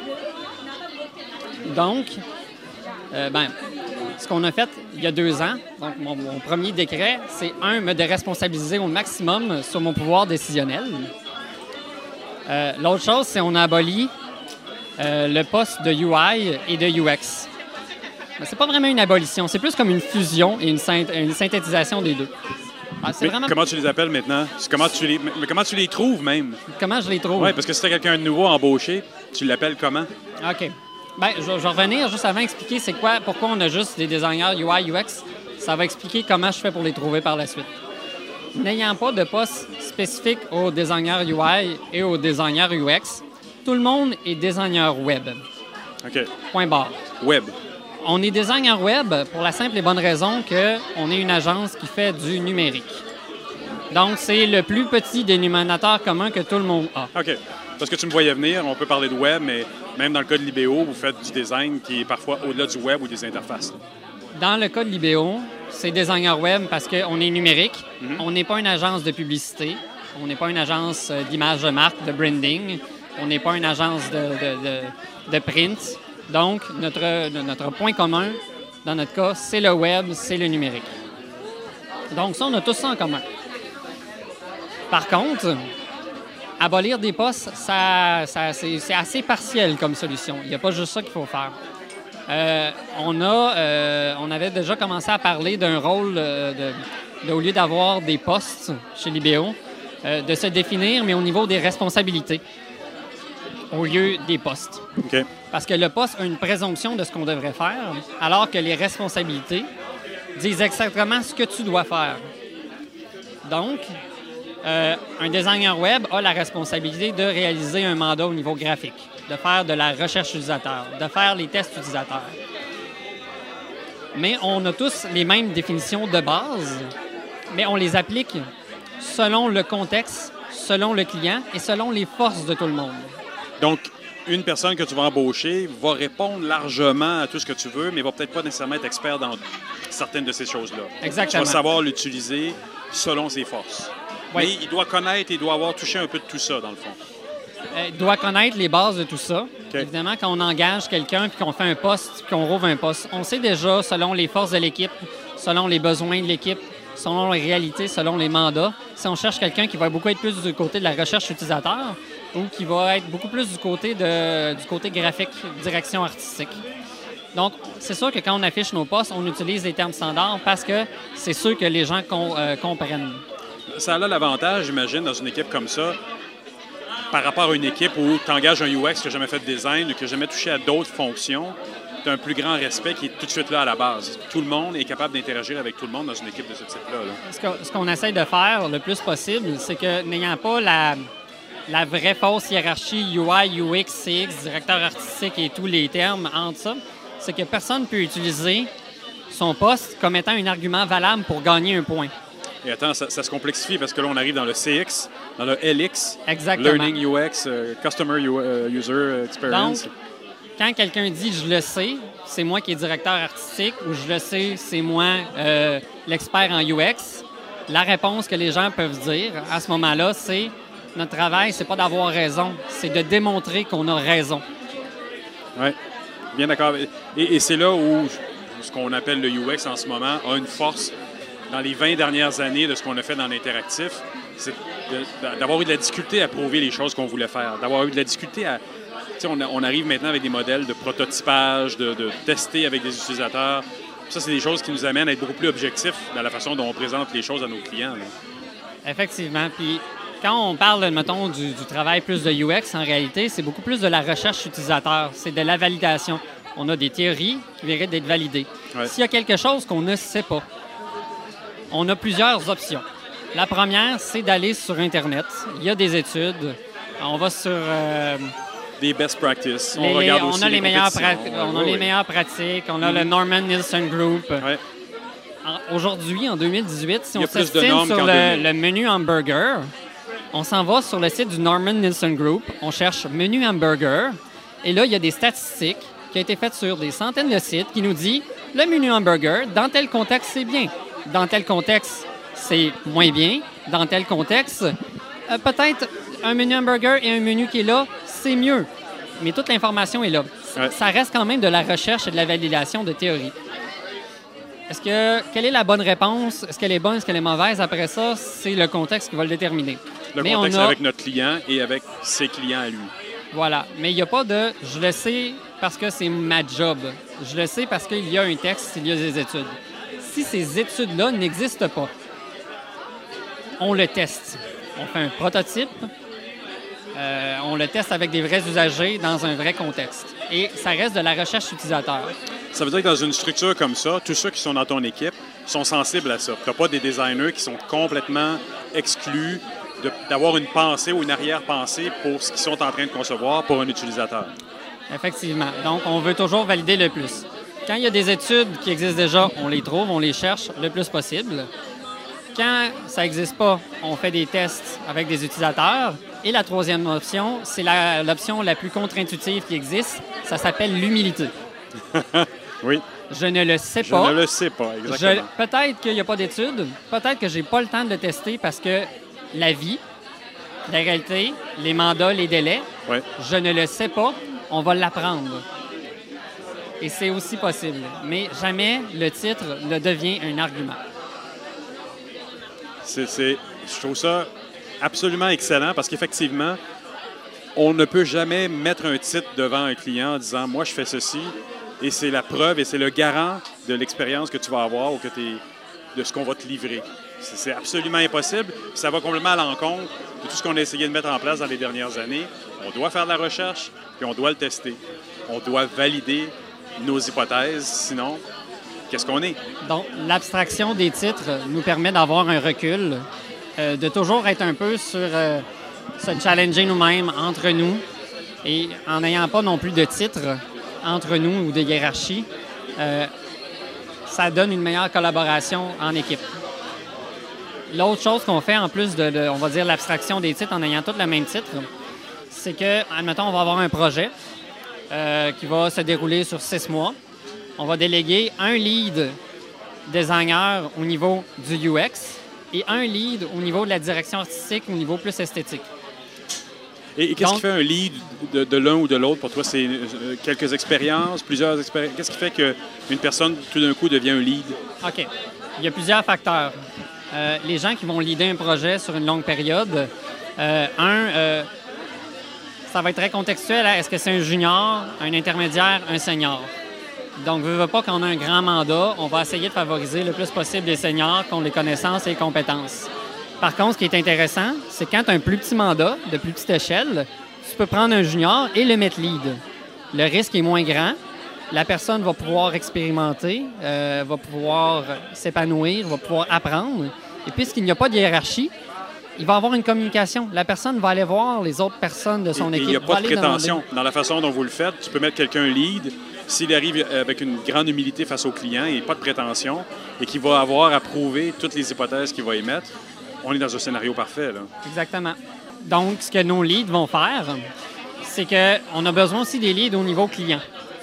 Donc, euh, ben, ce qu'on a fait il y a deux ans, donc mon, mon premier décret, c'est un, me déresponsabiliser au maximum sur mon pouvoir décisionnel. Euh, l'autre chose, c'est qu'on a aboli euh, le poste de U I et de U X. Mais c'est pas vraiment une abolition, c'est plus comme une fusion et une, synth- une synthétisation des deux. Ah, c'est Mais vraiment... Comment tu les appelles maintenant? C'est Comment tu les, mais comment tu les trouves même? Comment je les trouve? Oui, parce que si tu as quelqu'un de nouveau embauché, tu l'appelles comment? OK. Bien, je, je vais revenir juste avant expliquer c'est quoi, pourquoi on a juste des designers U I, U X. Ça va expliquer comment je fais pour les trouver par la suite. N'ayant pas de poste spécifique aux designers U I et aux designers U X, tout le monde est designer web. OK. Point barre. Web. On est designer web pour la simple et bonne raison qu'on est une agence qui fait du numérique. Donc, c'est le plus petit dénominateur commun que tout le monde a. OK. Parce que tu me voyais venir, on peut parler de web, mais même dans le cas de Libéo, vous faites du design qui est parfois au-delà du web ou des interfaces. Dans le cas de Libéo, c'est designer web parce qu'on est numérique. Mhm. On n'est pas une agence de publicité. On n'est pas une agence euh, d'image de marque, de branding. On n'est pas une agence de, de, de, de print. Donc, notre, notre point commun, dans notre cas, c'est le web, c'est le numérique. Donc, ça, on a tous ça en commun. Par contre, abolir des postes, ça, ça, c'est, c'est assez partiel comme solution. Il n'y a pas juste ça qu'il faut faire. Euh, on, a, euh, on avait déjà commencé à parler d'un rôle, euh, de, de, au lieu d'avoir des postes chez Libéo, euh, de se définir, mais au niveau des responsabilités, au lieu des postes. OK. Parce que le poste a une présomption de ce qu'on devrait faire, alors que les responsabilités disent exactement ce que tu dois faire. Donc, euh, un designer web a la responsabilité de réaliser un mandat au niveau graphique, de faire de la recherche utilisateur, de faire les tests utilisateurs. Mais on a tous les mêmes définitions de base, mais on les applique selon le contexte, selon le client et selon les forces de tout le monde. Donc, une personne que tu vas embaucher va répondre largement à tout ce que tu veux, mais va peut-être pas nécessairement être expert dans certaines de ces choses-là. Exactement. Tu vas savoir l'utiliser selon ses forces. Oui. Mais il doit connaître et il doit avoir touché un peu de tout ça, dans le fond. Euh, Il doit connaître les bases de tout ça. OK. Évidemment, quand on engage quelqu'un puis qu'on fait un poste puis qu'on rouvre un poste, on sait déjà, selon les forces de l'équipe, selon les besoins de l'équipe, selon les réalités, selon les mandats, si on cherche quelqu'un qui va beaucoup être plus du côté de la recherche utilisateur ou qui va être beaucoup plus du côté, de, du côté graphique, direction artistique. Donc, c'est sûr que quand on affiche nos postes, on utilise les termes standards parce que c'est sûr que les gens com- euh, comprennent. Ça a l'avantage, j'imagine, dans une équipe comme ça, par rapport à une équipe où tu engages un U X qui n'a jamais fait de design ou qui n'a jamais touché à d'autres fonctions, tu as un plus grand respect qui est tout de suite là à la base. Tout le monde est capable d'interagir avec tout le monde dans une équipe de ce type-là. Là. Ce, que, ce qu'on essaie de faire le plus possible, c'est que n'ayant pas la, la vraie fausse hiérarchie U I, U X, C X, directeur artistique et tous les termes entre ça, c'est que personne ne peut utiliser son poste comme étant un argument valable pour gagner un point. Et attends, ça, ça se complexifie parce que là, on arrive dans le C X, dans le L X, Exactement. Learning U X, uh, Customer U, uh, User Experience. Donc, quand quelqu'un dit « je le sais », c'est moi qui est directeur artistique ou « je le sais, c'est moi euh, l'expert en U X », la réponse que les gens peuvent dire à ce moment-là, c'est « notre travail, c'est pas d'avoir raison, c'est de démontrer qu'on a raison ». Oui, bien d'accord. Et, et c'est là où ce qu'on appelle le U X en ce moment a une force. Dans les vingt dernières années de ce qu'on a fait dans l'interactif, c'est de, d'avoir eu de la difficulté à prouver les choses qu'on voulait faire, d'avoir eu de la difficulté à... On, a, on arrive maintenant avec des modèles de prototypage, de, de tester avec des utilisateurs. Ça, c'est des choses qui nous amènent à être beaucoup plus objectifs dans la façon dont on présente les choses à nos clients. Là. Effectivement. Puis quand on parle, mettons, du, du travail plus de U X, en réalité, c'est beaucoup plus de la recherche utilisateur. C'est de la validation. On a des théories qui méritent d'être validées. Ouais. S'il y a quelque chose qu'on ne sait pas, on a plusieurs options. La première, c'est d'aller sur Internet. Il y a des études. On va sur... Euh, des best practices. Les, on regarde on aussi a les, les meilleures compétitions. pra- on a Oui, les oui. meilleures pratiques. On a Mm-hmm. le Norman Nielsen Group. Ouais. En- Aujourd'hui, en deux mille dix-huit, si Il y a on plus de s'estime normes sur qu'en le, deux mille. le menu hamburger, on s'en va sur le site du Norman Nielsen Group. On cherche menu hamburger. Et là, il y a des statistiques qui ont été faites sur des centaines de sites qui nous disent le menu hamburger, dans tel contexte, c'est bien. Dans tel contexte, c'est moins bien. Dans tel contexte, euh, peut-être un menu hamburger et un menu qui est là, c'est mieux. Mais toute l'information est là. Ouais. Ça reste quand même de la recherche et de la validation de théorie. Est-ce que, quelle est la bonne réponse? Est-ce qu'elle est bonne? Est-ce qu'elle est mauvaise? Après ça, c'est le contexte qui va le déterminer. Le Mais contexte on a- avec notre client et avec ses clients à lui. Voilà. Mais il n'y a pas de « je le sais parce que c'est ma job ». Je le sais parce qu'il y a un texte, il y a des études. Si ces études-là n'existent pas, on le teste. On fait un prototype, euh, on le teste avec des vrais usagers dans un vrai contexte. Et ça reste de la recherche utilisateur. Ça veut dire que dans une structure comme ça, tous ceux qui sont dans ton équipe sont sensibles à ça. Tu n'as pas des designers qui sont complètement exclus de, d'avoir une pensée ou une arrière-pensée pour ce qu'ils sont en train de concevoir pour un utilisateur. Effectivement. Donc, on veut toujours valider le plus. Quand il y a des études qui existent déjà, on les trouve, on les cherche le plus possible. Quand ça n'existe pas, on fait des tests avec des utilisateurs. Et la troisième option, c'est la, l'option la plus contre-intuitive qui existe. Ça s'appelle l'humilité. Oui. Je ne le sais pas. Je ne le sais pas, exactement. Je, peut-être qu'il n'y a pas d'études. Peut-être que je n'ai pas le temps de le tester parce que la vie, la réalité, les mandats, les délais, oui. Je ne le sais pas. On va l'apprendre. Et c'est aussi possible. Mais jamais le titre ne devient un argument. C'est, c'est, je trouve ça absolument excellent parce qu'effectivement, on ne peut jamais mettre un titre devant un client en disant « moi, je fais ceci » et c'est la preuve et c'est le garant de l'expérience que tu vas avoir ou que t'es, de ce qu'on va te livrer. C'est, c'est absolument impossible. Ça va complètement à l'encontre de tout ce qu'on a essayé de mettre en place dans les dernières années. On doit faire de la recherche puis on doit le tester. On doit valider nos hypothèses, sinon, qu'est-ce qu'on est? Donc, l'abstraction des titres nous permet d'avoir un recul, euh, de toujours être un peu sur euh, se challenger nous-mêmes entre nous et en n'ayant pas non plus de titres entre nous ou de hiérarchie, euh, ça donne une meilleure collaboration en équipe. L'autre chose qu'on fait en plus de, de on va dire, l'abstraction des titres en ayant tous le même titre, c'est que, admettons, on va avoir un projet euh, qui va se dérouler sur six mois. On va déléguer un lead designer au niveau du U X et un lead au niveau de la direction artistique, au niveau plus esthétique. Et, et qu'est-ce Donc, qui fait un lead de, de l'un ou de l'autre pour toi? C'est euh, quelques expériences, plusieurs expériences? Qu'est-ce qui fait qu'une personne, tout d'un coup, devient un lead? OK. Il y a plusieurs facteurs. Euh, les gens qui vont leader un projet sur une longue période, euh, un, euh, ça va être très contextuel. Hein? Est-ce que c'est un junior, un intermédiaire, un senior? Donc, veux, veux pas qu'on a un grand mandat, on va essayer de favoriser le plus possible les seniors qui ont les connaissances et les compétences. Par contre, ce qui est intéressant, c'est quand tu as un plus petit mandat, de plus petite échelle, tu peux prendre un junior et le mettre lead. Le risque est moins grand. La personne va pouvoir expérimenter, euh, va pouvoir s'épanouir, va pouvoir apprendre. Et puisqu'il n'y a pas de hiérarchie, il va avoir une communication. La personne va aller voir les autres personnes de son et, équipe. Il n'y a pas de prétention. Demander. Dans la façon dont vous le faites, tu peux mettre quelqu'un lead. S'il arrive avec une grande humilité face au client et pas de prétention, et qu'il va avoir à prouver toutes les hypothèses qu'il va émettre, on est dans un scénario parfait, là. Exactement. Donc, ce que nos leads vont faire, c'est qu'on a besoin aussi des leads au niveau client.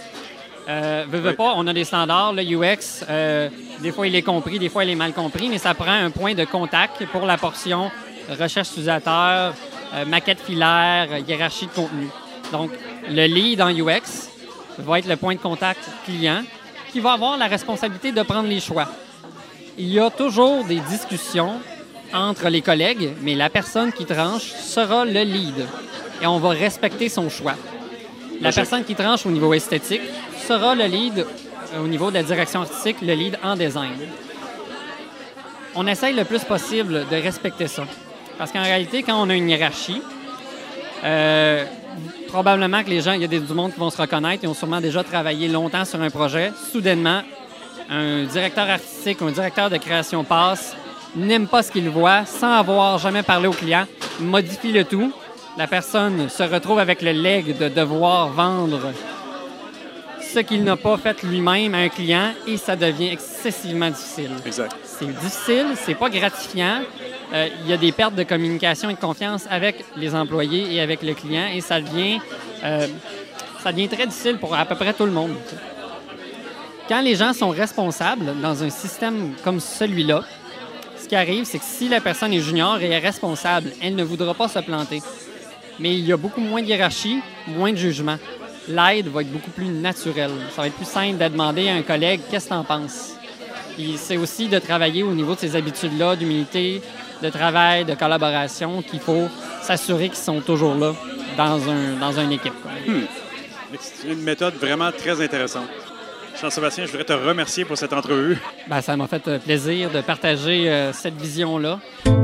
Euh, veux, veux oui. pas, on a des standards, le U X, euh, des fois il est compris, des fois il est mal compris, mais ça prend un point de contact pour la portion recherche utilisateur, euh, maquette filaire, hiérarchie de contenu. Donc, le lead en U X va être le point de contact client qui va avoir la responsabilité de prendre les choix. Il y a toujours des discussions entre les collègues, mais la personne qui tranche sera le lead et on va respecter son choix. La Logique. personne qui tranche au niveau esthétique sera le lead au niveau de la direction artistique, le lead en design. On essaye le plus possible de respecter ça. Parce qu'en réalité, quand on a une hiérarchie, euh, probablement que les gens, il y a des, du monde qui vont se reconnaître, ils ont sûrement déjà travaillé longtemps sur un projet. Soudainement, un directeur artistique ou un directeur de création passe, n'aime pas ce qu'il voit, sans avoir jamais parlé au client, modifie le tout. La personne se retrouve avec le leg de devoir vendre ce qu'il n'a pas fait lui-même à un client et ça devient excessivement difficile. Exact. C'est difficile, c'est pas gratifiant. Euh, il y a des pertes de communication et de confiance avec les employés et avec le client et ça devient, euh, ça devient très difficile pour à peu près tout le monde. Quand les gens sont responsables dans un système comme celui-là, ce qui arrive, c'est que si la personne est junior et est responsable, elle ne voudra pas se planter. Mais il y a beaucoup moins de hiérarchie, moins de jugement. L'aide va être beaucoup plus naturelle. Ça va être plus simple de demander à un collègue « qu'est-ce que tu en penses? » Puis c'est aussi de travailler au niveau de ces habitudes-là, d'humilité, de travail, de collaboration, qu'il faut s'assurer qu'ils sont toujours là dans, un, dans une équipe. Hmm. C'est une méthode vraiment très intéressante. Jean-Sébastien, je voudrais te remercier pour cette entrevue. Ben, ça m'a fait plaisir de partager euh, cette vision-là.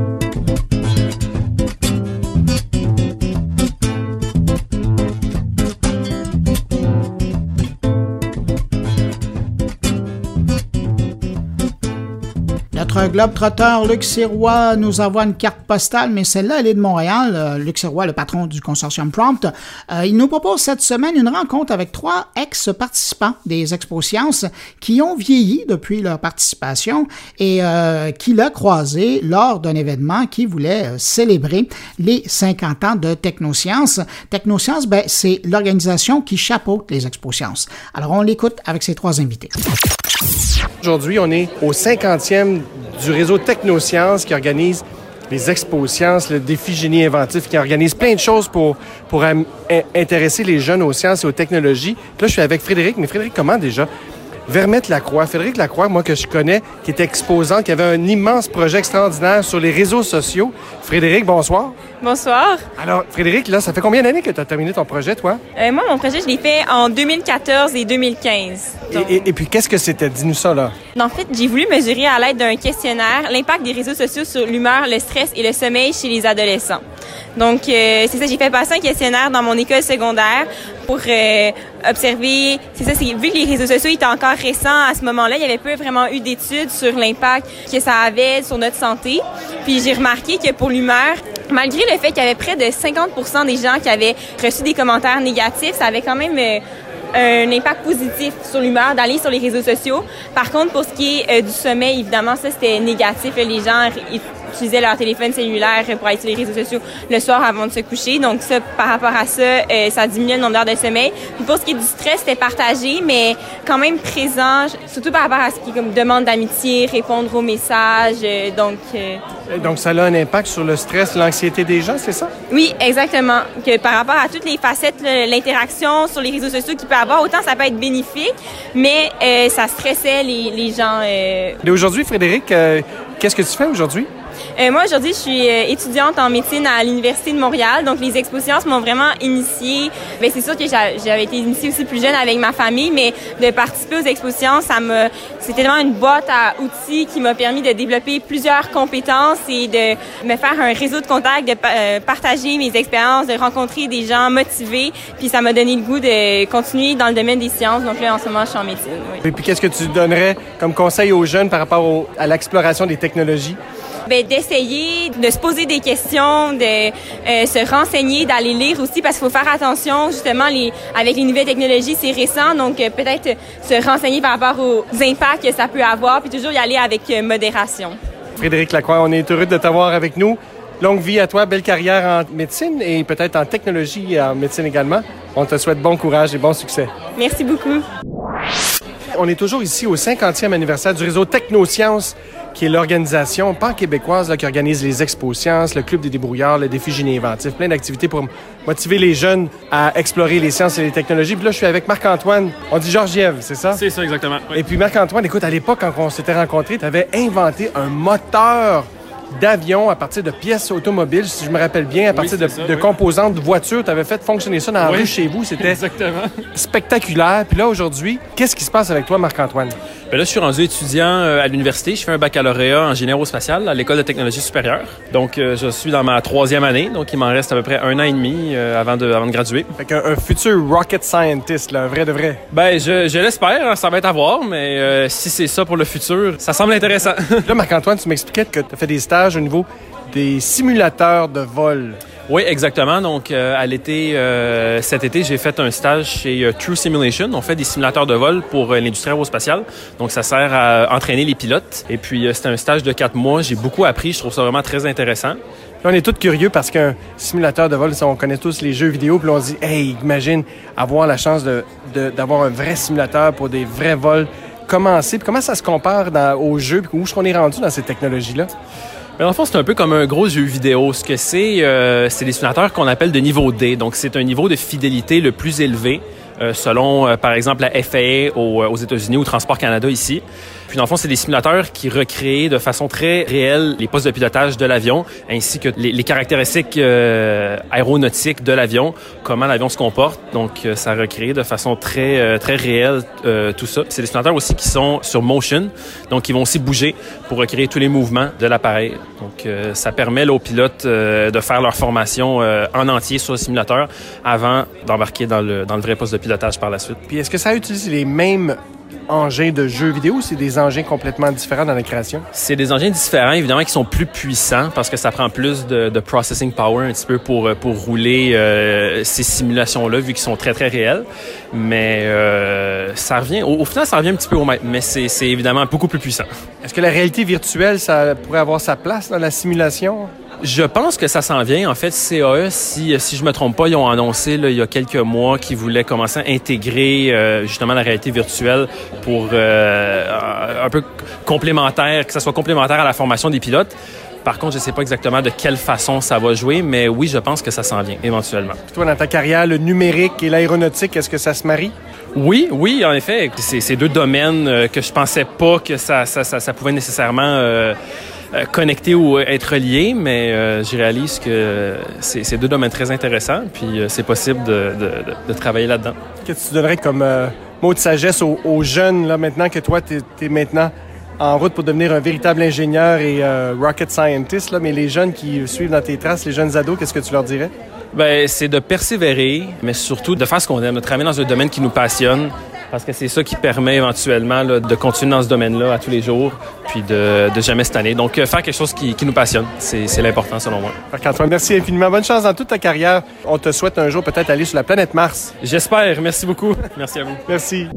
Notre globe-trotteur Luc Sirois nous envoie une carte postale, mais celle-là, elle est de Montréal. Euh, Luc Sirois, le patron du consortium Prompt, euh, il nous propose cette semaine une rencontre avec trois ex-participants des Expos Sciences qui ont vieilli depuis leur participation et euh, qu'il a croisé lors d'un événement qui voulait euh, célébrer les cinquante ans de Technosciences. Technosciences, ben, c'est l'organisation qui chapeaute les Expos Sciences. Alors, on l'écoute avec ses trois invités. Aujourd'hui, on est au cinquantième du réseau Technosciences qui organise les Expos Sciences, le défi génie inventif, qui organise plein de choses pour, pour am- intéresser les jeunes aux sciences et aux technologies. Puis là, je suis avec Frédéric. Mais Frédéric, comment déjà? Vermette Lacroix. Frédéric Lacroix, moi que je connais, qui est exposant, qui avait un immense projet extraordinaire sur les réseaux sociaux. Frédéric, bonsoir. Bonsoir. Alors, Frédéric, là, ça fait combien d'années que tu as terminé ton projet, toi? Euh, moi, mon projet, je l'ai fait en deux mille quatorze et deux mille quinze. Donc... Et, et, et puis, qu'est-ce que c'était? Dis-nous ça, là. En fait, j'ai voulu mesurer à l'aide d'un questionnaire l'impact des réseaux sociaux sur l'humeur, le stress et le sommeil chez les adolescents. Donc, euh, c'est ça, j'ai fait passer un questionnaire dans mon école secondaire pour euh, observer, c'est ça, c'est, vu que les réseaux sociaux étaient encore récents à ce moment-là, il n'y avait pas vraiment eu d'études sur l'impact que ça avait sur notre santé. Puis j'ai remarqué que pour l'humeur, malgré le fait qu'il y avait près de cinquante pour cent des gens qui avaient reçu des commentaires négatifs, ça avait quand même euh, un impact positif sur l'humeur d'aller sur les réseaux sociaux. Par contre, pour ce qui est euh, du sommeil, évidemment, ça, c'était négatif. Les gens ils utilisaient leur téléphone cellulaire pour aller sur les réseaux sociaux le soir avant de se coucher. Donc ça, par rapport à ça, euh, ça diminuait le nombre d'heures de sommeil. Puis pour ce qui est du stress, c'était partagé, mais quand même présent, surtout par rapport à ce qui est comme demande d'amitié, répondre aux messages. Euh, donc, euh... donc, ça a un impact sur le stress, l'anxiété des gens, c'est ça? Oui, exactement. Que par rapport à toutes les facettes, l'interaction sur les réseaux sociaux qu'il peut avoir, autant ça peut être bénéfique, mais euh, ça stressait les, les gens. Euh... Et aujourd'hui, Frédéric, euh, qu'est-ce que tu fais aujourd'hui? Euh, moi, aujourd'hui, je suis euh, étudiante en médecine à l'Université de Montréal. Donc, les Expos Sciences m'ont vraiment initiée. Bien, c'est sûr que j'a, j'avais été initiée aussi plus jeune avec ma famille, mais de participer aux Expos Sciences, ça m'a, c'était vraiment une boîte à outils qui m'a permis de développer plusieurs compétences et de me faire un réseau de contacts, de euh, partager mes expériences, de rencontrer des gens motivés. Puis, ça m'a donné le goût de continuer dans le domaine des sciences. Donc là, en ce moment, je suis en médecine. Oui. Et puis, qu'est-ce que tu donnerais comme conseil aux jeunes par rapport au, à l'exploration des technologies? Bien, d'essayer de se poser des questions, de euh, se renseigner, d'aller lire aussi, parce qu'il faut faire attention, justement, les, avec les nouvelles technologies, c'est récent, donc euh, peut-être se renseigner par rapport aux impacts que ça peut avoir, puis toujours y aller avec euh, modération. Frédéric Lacroix, on est heureux de t'avoir avec nous. Longue vie à toi, belle carrière en médecine et peut-être en technologie et en médecine également. On te souhaite bon courage et bon succès. Merci beaucoup. On est toujours ici au cinquantième anniversaire du réseau Technosciences, qui est l'organisation pan-québécoise là, qui organise les Expos Sciences, le Club des débrouillards, le défi génie inventif, plein d'activités pour motiver les jeunes à explorer les sciences et les technologies. Puis là, je suis avec Marc-Antoine. On dit Georgiev, c'est ça? C'est ça, exactement. Oui. Et puis Marc-Antoine, écoute, à l'époque, quand on s'était rencontrés, tu avais inventé un moteur d'avion à partir de pièces automobiles, si je me rappelle bien, à partir oui, de, ça, de oui. composantes de voitures. Tu avais fait fonctionner ça dans la oui. rue chez vous. C'était exactement. spectaculaire. Puis là, aujourd'hui, qu'est-ce qui se passe avec toi, Marc-Antoine? Bien là, je suis rendu étudiant à l'université. Je fais un baccalauréat en génie aérospatial à l'École de technologie supérieure. Donc, euh, je suis dans ma troisième année. Donc, il m'en reste à peu près un an et demi euh, avant, de, avant de graduer. Fait qu'un un futur rocket scientist, là, un vrai de vrai. Ben, je, je l'espère. Hein, ça va être à voir. Mais euh, si c'est ça pour le futur, ça semble intéressant. Là, Marc-Antoine, tu m'expliquais que tu as fait des stages au niveau des simulateurs de vol. Oui, exactement. Donc, euh, à l'été, euh, cet été, j'ai fait un stage chez euh, True Simulation. On fait des simulateurs de vol pour euh, l'industrie aérospatiale. Donc, ça sert à entraîner les pilotes. Et puis, euh, c'était un stage de quatre mois. J'ai beaucoup appris. Je trouve ça vraiment très intéressant. Là, on est tous curieux parce qu'un simulateur de vol, on connaît tous les jeux vidéo. Puis là, on se dit, hey, imagine avoir la chance de, de, d'avoir un vrai simulateur pour des vrais vols. Comment c'est? Puis comment ça se compare dans, aux jeux? Puis où est-ce qu'on est rendu dans ces technologies-là? Mais dans le fond, c'est un peu comme un gros jeu vidéo. Ce que c'est, euh, c'est des simulateurs qu'on appelle de niveau D. Donc, c'est un niveau de fidélité le plus élevé, euh, selon, euh, par exemple, la F A A aux, aux États-Unis ou Transport Canada ici. Puis dans le fond, c'est des simulateurs qui recréent de façon très réelle les postes de pilotage de l'avion, ainsi que les, les caractéristiques euh, aéronautiques de l'avion, comment l'avion se comporte. Donc, euh, ça recrée de façon très euh, très réelle euh, tout ça. C'est des simulateurs aussi qui sont sur motion, donc ils vont aussi bouger pour recréer tous les mouvements de l'appareil. Donc, euh, ça permet là, aux pilotes euh, de faire leur formation euh, en entier sur le simulateur avant d'embarquer dans le, dans le vrai poste de pilotage par la suite. Puis est-ce que ça utilise les mêmes engins de jeux vidéo ou c'est des engins complètement différents dans la création? C'est des engins différents, évidemment, qui sont plus puissants parce que ça prend plus de, de processing power un petit peu pour, pour rouler euh, ces simulations-là, vu qu'ils sont très, très réels. Mais euh, ça revient, au, au final, ça revient un petit peu au même, mais c'est, c'est évidemment beaucoup plus puissant. Est-ce que la réalité virtuelle, ça pourrait avoir sa place dans la simulation? Je pense que ça s'en vient. En fait, C A E, si, si je me trompe pas, ils ont annoncé là, il y a quelques mois qu'ils voulaient commencer à intégrer euh, justement la réalité virtuelle pour euh, un peu complémentaire, que ça soit complémentaire à la formation des pilotes. Par contre, je ne sais pas exactement de quelle façon ça va jouer, mais oui, je pense que ça s'en vient éventuellement. Puis toi, dans ta carrière, le numérique et l'aéronautique, est-ce que ça se marie? Oui, oui, en effet. C'est, c'est deux domaines euh, que je pensais pas que ça, ça, ça, ça pouvait nécessairement euh, euh, connecter ou être relié, mais euh, je réalise que c'est, c'est deux domaines très intéressants, puis euh, c'est possible de, de, de, de travailler là-dedans. Qu'est-ce que tu donnerais comme euh, mot de sagesse aux, aux jeunes, là, maintenant que toi, tu es maintenant en route pour devenir un véritable ingénieur et euh, rocket scientist, là, mais les jeunes qui suivent dans tes traces, les jeunes ados, qu'est-ce que tu leur dirais? Ben, c'est de persévérer, mais surtout de faire ce qu'on aime, de travailler dans un domaine qui nous passionne, parce que c'est ça qui permet éventuellement là, de continuer dans ce domaine-là à tous les jours, puis de, de jamais se tanner. Donc, faire quelque chose qui, qui nous passionne, c'est, c'est l'important selon moi. Marc-Antoine, merci infiniment. Bonne chance dans toute ta carrière. On te souhaite un jour peut-être aller sur la planète Mars. J'espère. Merci beaucoup. Merci à vous. Merci.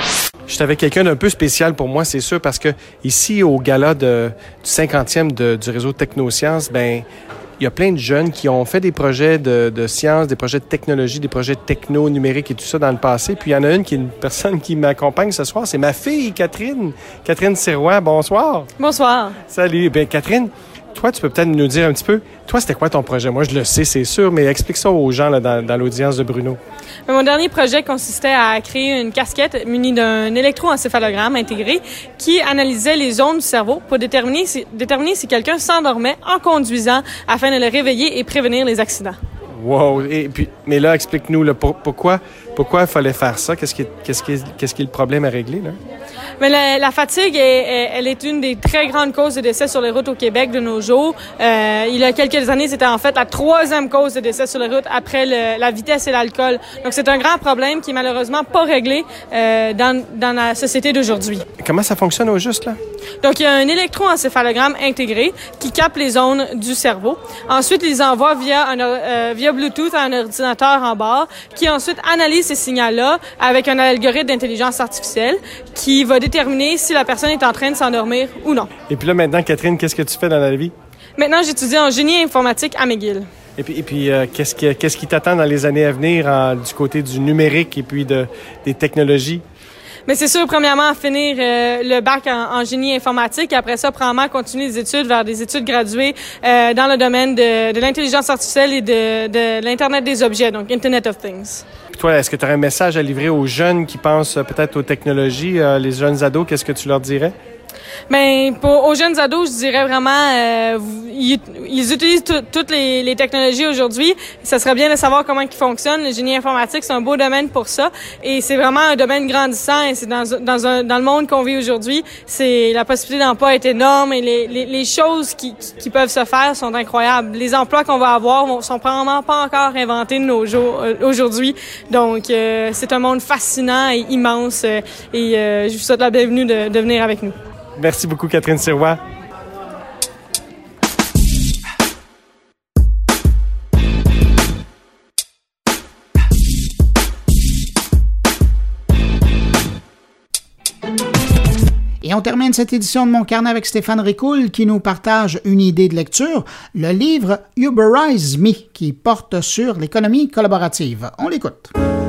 Je suis avec quelqu'un d'un peu spécial pour moi, c'est sûr, parce que ici, au gala de, du cinquantième de, du réseau Technosciences, ben il y a plein de jeunes qui ont fait des projets de, de sciences, des projets de technologie, des projets techno, numériques et tout ça dans le passé. Puis il y en a une qui est une personne qui m'accompagne ce soir, c'est ma fille, Catherine. Catherine Sirois, bonsoir. Bonsoir. Salut. Bien, Catherine, toi, tu peux peut-être nous dire un petit peu, toi, c'était quoi ton projet? Moi, je le sais, c'est sûr, mais explique ça aux gens là, dans, dans l'audience de Bruno. Mon dernier projet consistait à créer une casquette munie d'un électroencéphalogramme intégré qui analysait les ondes du cerveau pour déterminer si, déterminer si quelqu'un s'endormait en conduisant afin de le réveiller et prévenir les accidents. Wow! Et puis, mais là, explique-nous, là, pour, pourquoi pourquoi il fallait faire ça? Qu'est-ce qui, qu'est-ce qui, qu'est-ce qui est le problème à régler, là? Mais la, la fatigue, est, elle est une des très grandes causes de décès sur les routes au Québec de nos jours. Euh, il y a quelques années, c'était en fait la troisième cause de décès sur les routes après le, la vitesse et l'alcool. Donc, c'est un grand problème qui est malheureusement pas réglé euh, dans, dans la société d'aujourd'hui. Comment ça fonctionne au juste, là? Donc, il y a un électroencéphalogramme intégré qui capte les ondes du cerveau. Ensuite, il les envoie via, un, euh, via Bluetooth à un ordinateur en bord qui ensuite analyse ces signaux-là avec un algorithme d'intelligence artificielle qui va déterminer si la personne est en train de s'endormir ou non. Et puis là, maintenant, Catherine, qu'est-ce que tu fais dans la vie? Maintenant, j'étudie en génie informatique à McGill. Et puis, et puis euh, qu'est-ce, qui, qu'est-ce qui t'attend dans les années à venir en, du côté du numérique et puis de, des technologies? Mais c'est sûr, premièrement, finir euh, le bac en, en génie informatique et après ça, probablement continuer les études vers des études graduées euh, dans le domaine de, de l'intelligence artificielle et de, de l'Internet des objets, donc Internet of Things. Puis toi, est-ce que tu aurais un message à livrer aux jeunes qui pensent euh, peut-être aux technologies, euh, les jeunes ados, qu'est-ce que tu leur dirais? Ben, pour aux jeunes ados, je dirais vraiment, euh, ils, ils utilisent tout, toutes les, les technologies aujourd'hui. Ça serait bien de savoir comment ils fonctionnent. Le génie informatique, c'est un beau domaine pour ça. Et c'est vraiment un domaine grandissant. Et c'est dans, dans, un, dans le monde qu'on vit aujourd'hui, c'est la possibilité d'emploi est énorme et les, les, les choses qui, qui peuvent se faire sont incroyables. Les emplois qu'on va avoir vont, sont probablement pas encore inventés de nos jours euh, aujourd'hui. Donc, euh, c'est un monde fascinant et immense. Euh, et euh, je vous souhaite la bienvenue de, de venir avec nous. Merci beaucoup, Catherine Sirois. Et on termine cette édition de Mon Carnet avec Stéphane Ricoul qui nous partage une idée de lecture, le livre Uberize Me qui porte sur l'économie collaborative. On l'écoute.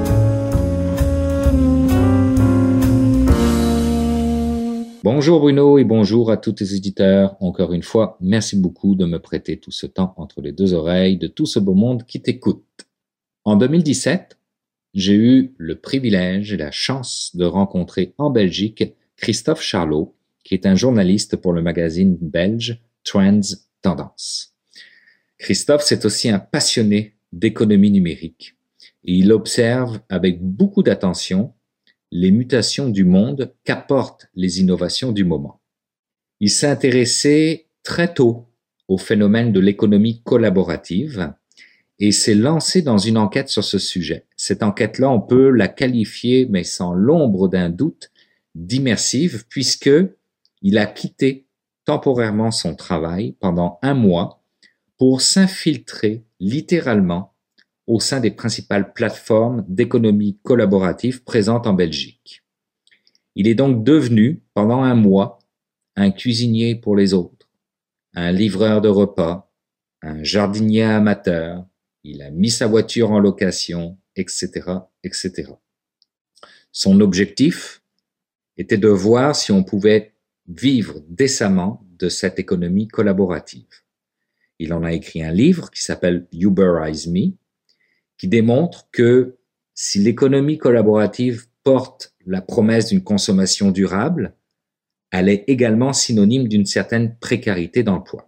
Bonjour Bruno et bonjour à tous tes éditeurs. Encore une fois, merci beaucoup de me prêter tout ce temps entre les deux oreilles de tout ce beau monde qui t'écoute. En deux mille dix-sept, j'ai eu le privilège et la chance de rencontrer en Belgique Christophe Charlot, qui est un journaliste pour le magazine belge Trends Tendance. Christophe, c'est aussi un passionné d'économie numérique et il observe avec beaucoup d'attention les mutations du monde qu'apportent les innovations du moment. Il s'est intéressé très tôt au phénomène de l'économie collaborative et s'est lancé dans une enquête sur ce sujet. Cette enquête-là, on peut la qualifier, mais sans l'ombre d'un doute, d'immersive, puisque il a quitté temporairement son travail pendant un mois pour s'infiltrer littéralement au sein des principales plateformes d'économie collaborative présentes en Belgique. Il est donc devenu, pendant un mois, un cuisinier pour les autres, un livreur de repas, un jardinier amateur, il a mis sa voiture en location, et cetera, et cetera. Son objectif était de voir si on pouvait vivre décemment de cette économie collaborative. Il en a écrit un livre qui s'appelle Uberize Me, qui démontre que si l'économie collaborative porte la promesse d'une consommation durable, elle est également synonyme d'une certaine précarité d'emploi.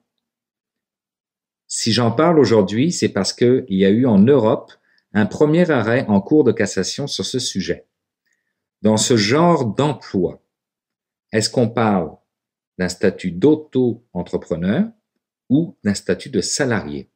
Si j'en parle aujourd'hui, c'est parce qu'il y a eu en Europe un premier arrêt en cour de cassation sur ce sujet. Dans ce genre d'emploi, est-ce qu'on parle d'un statut d'auto-entrepreneur ou d'un statut de salarié?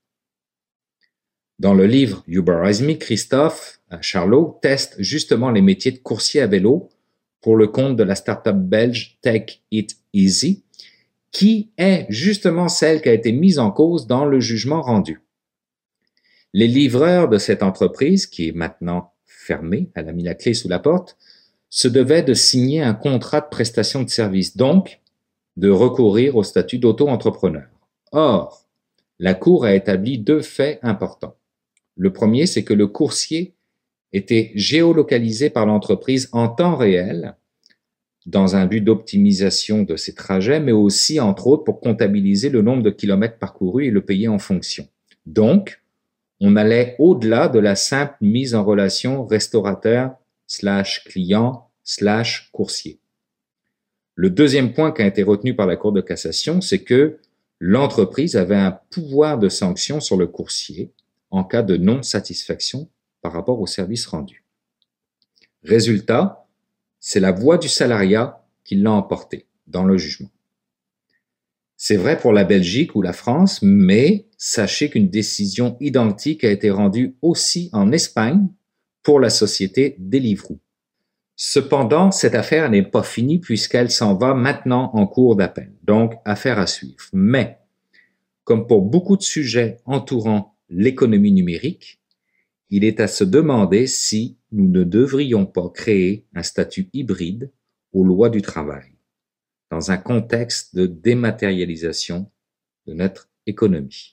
Dans le livre Uberize Me, Christophe Charlot teste justement les métiers de coursier à vélo pour le compte de la start-up belge Take It Easy, qui est justement celle qui a été mise en cause dans le jugement rendu. Les livreurs de cette entreprise, qui est maintenant fermée, elle a mis la clé sous la porte, se devaient de signer un contrat de prestation de service, donc de recourir au statut d'auto-entrepreneur. Or, la Cour a établi deux faits importants. Le premier, c'est que le coursier était géolocalisé par l'entreprise en temps réel dans un but d'optimisation de ses trajets, mais aussi, entre autres, pour comptabiliser le nombre de kilomètres parcourus et le payer en fonction. Donc, on allait au-delà de la simple mise en relation restaurateur slash client slash coursier. Le deuxième point qui a été retenu par la Cour de cassation, c'est que l'entreprise avait un pouvoir de sanction sur le coursier en cas de non-satisfaction par rapport au service rendu. Résultat, c'est la voie du salariat qui l'a emporté dans le jugement. C'est vrai pour la Belgique ou la France, mais sachez qu'une décision identique a été rendue aussi en Espagne pour la société Deliveroo. Cependant, cette affaire n'est pas finie puisqu'elle s'en va maintenant en cours d'appel, donc affaire à suivre. Mais, comme pour beaucoup de sujets entourant l'économie numérique, il est à se demander si nous ne devrions pas créer un statut hybride aux lois du travail, dans un contexte de dématérialisation de notre économie.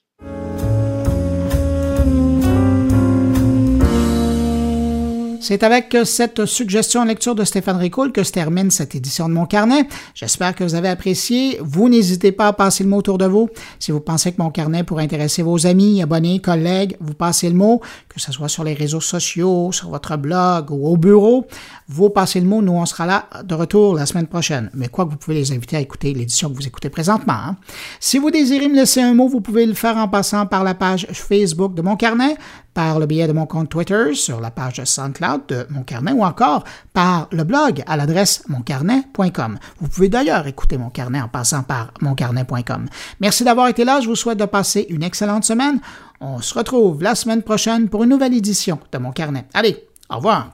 C'est avec cette suggestion en lecture de Stéphane Ricoul que se termine cette édition de Mon Carnet. J'espère que vous avez apprécié. Vous n'hésitez pas à passer le mot autour de vous. Si vous pensez que Mon Carnet pourrait intéresser vos amis, abonnés, collègues, vous passez le mot, que ce soit sur les réseaux sociaux, sur votre blog ou au bureau. Vous passez le mot, nous on sera là de retour la semaine prochaine. Mais quoi que vous pouvez les inviter à écouter l'édition que vous écoutez présentement. Hein. Si vous désirez me laisser un mot, vous pouvez le faire en passant par la page Facebook de Mon Carnet, par le biais de mon compte Twitter, sur la page SoundCloud de Mon Carnet ou encore par le blog à l'adresse mon carnet point com. Vous pouvez d'ailleurs écouter Mon Carnet en passant par mon carnet point com. Merci d'avoir été là. Je vous souhaite de passer une excellente semaine. On se retrouve la semaine prochaine pour une nouvelle édition de Mon Carnet. Allez, au revoir.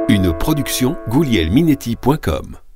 Une production gouliel minetti point com.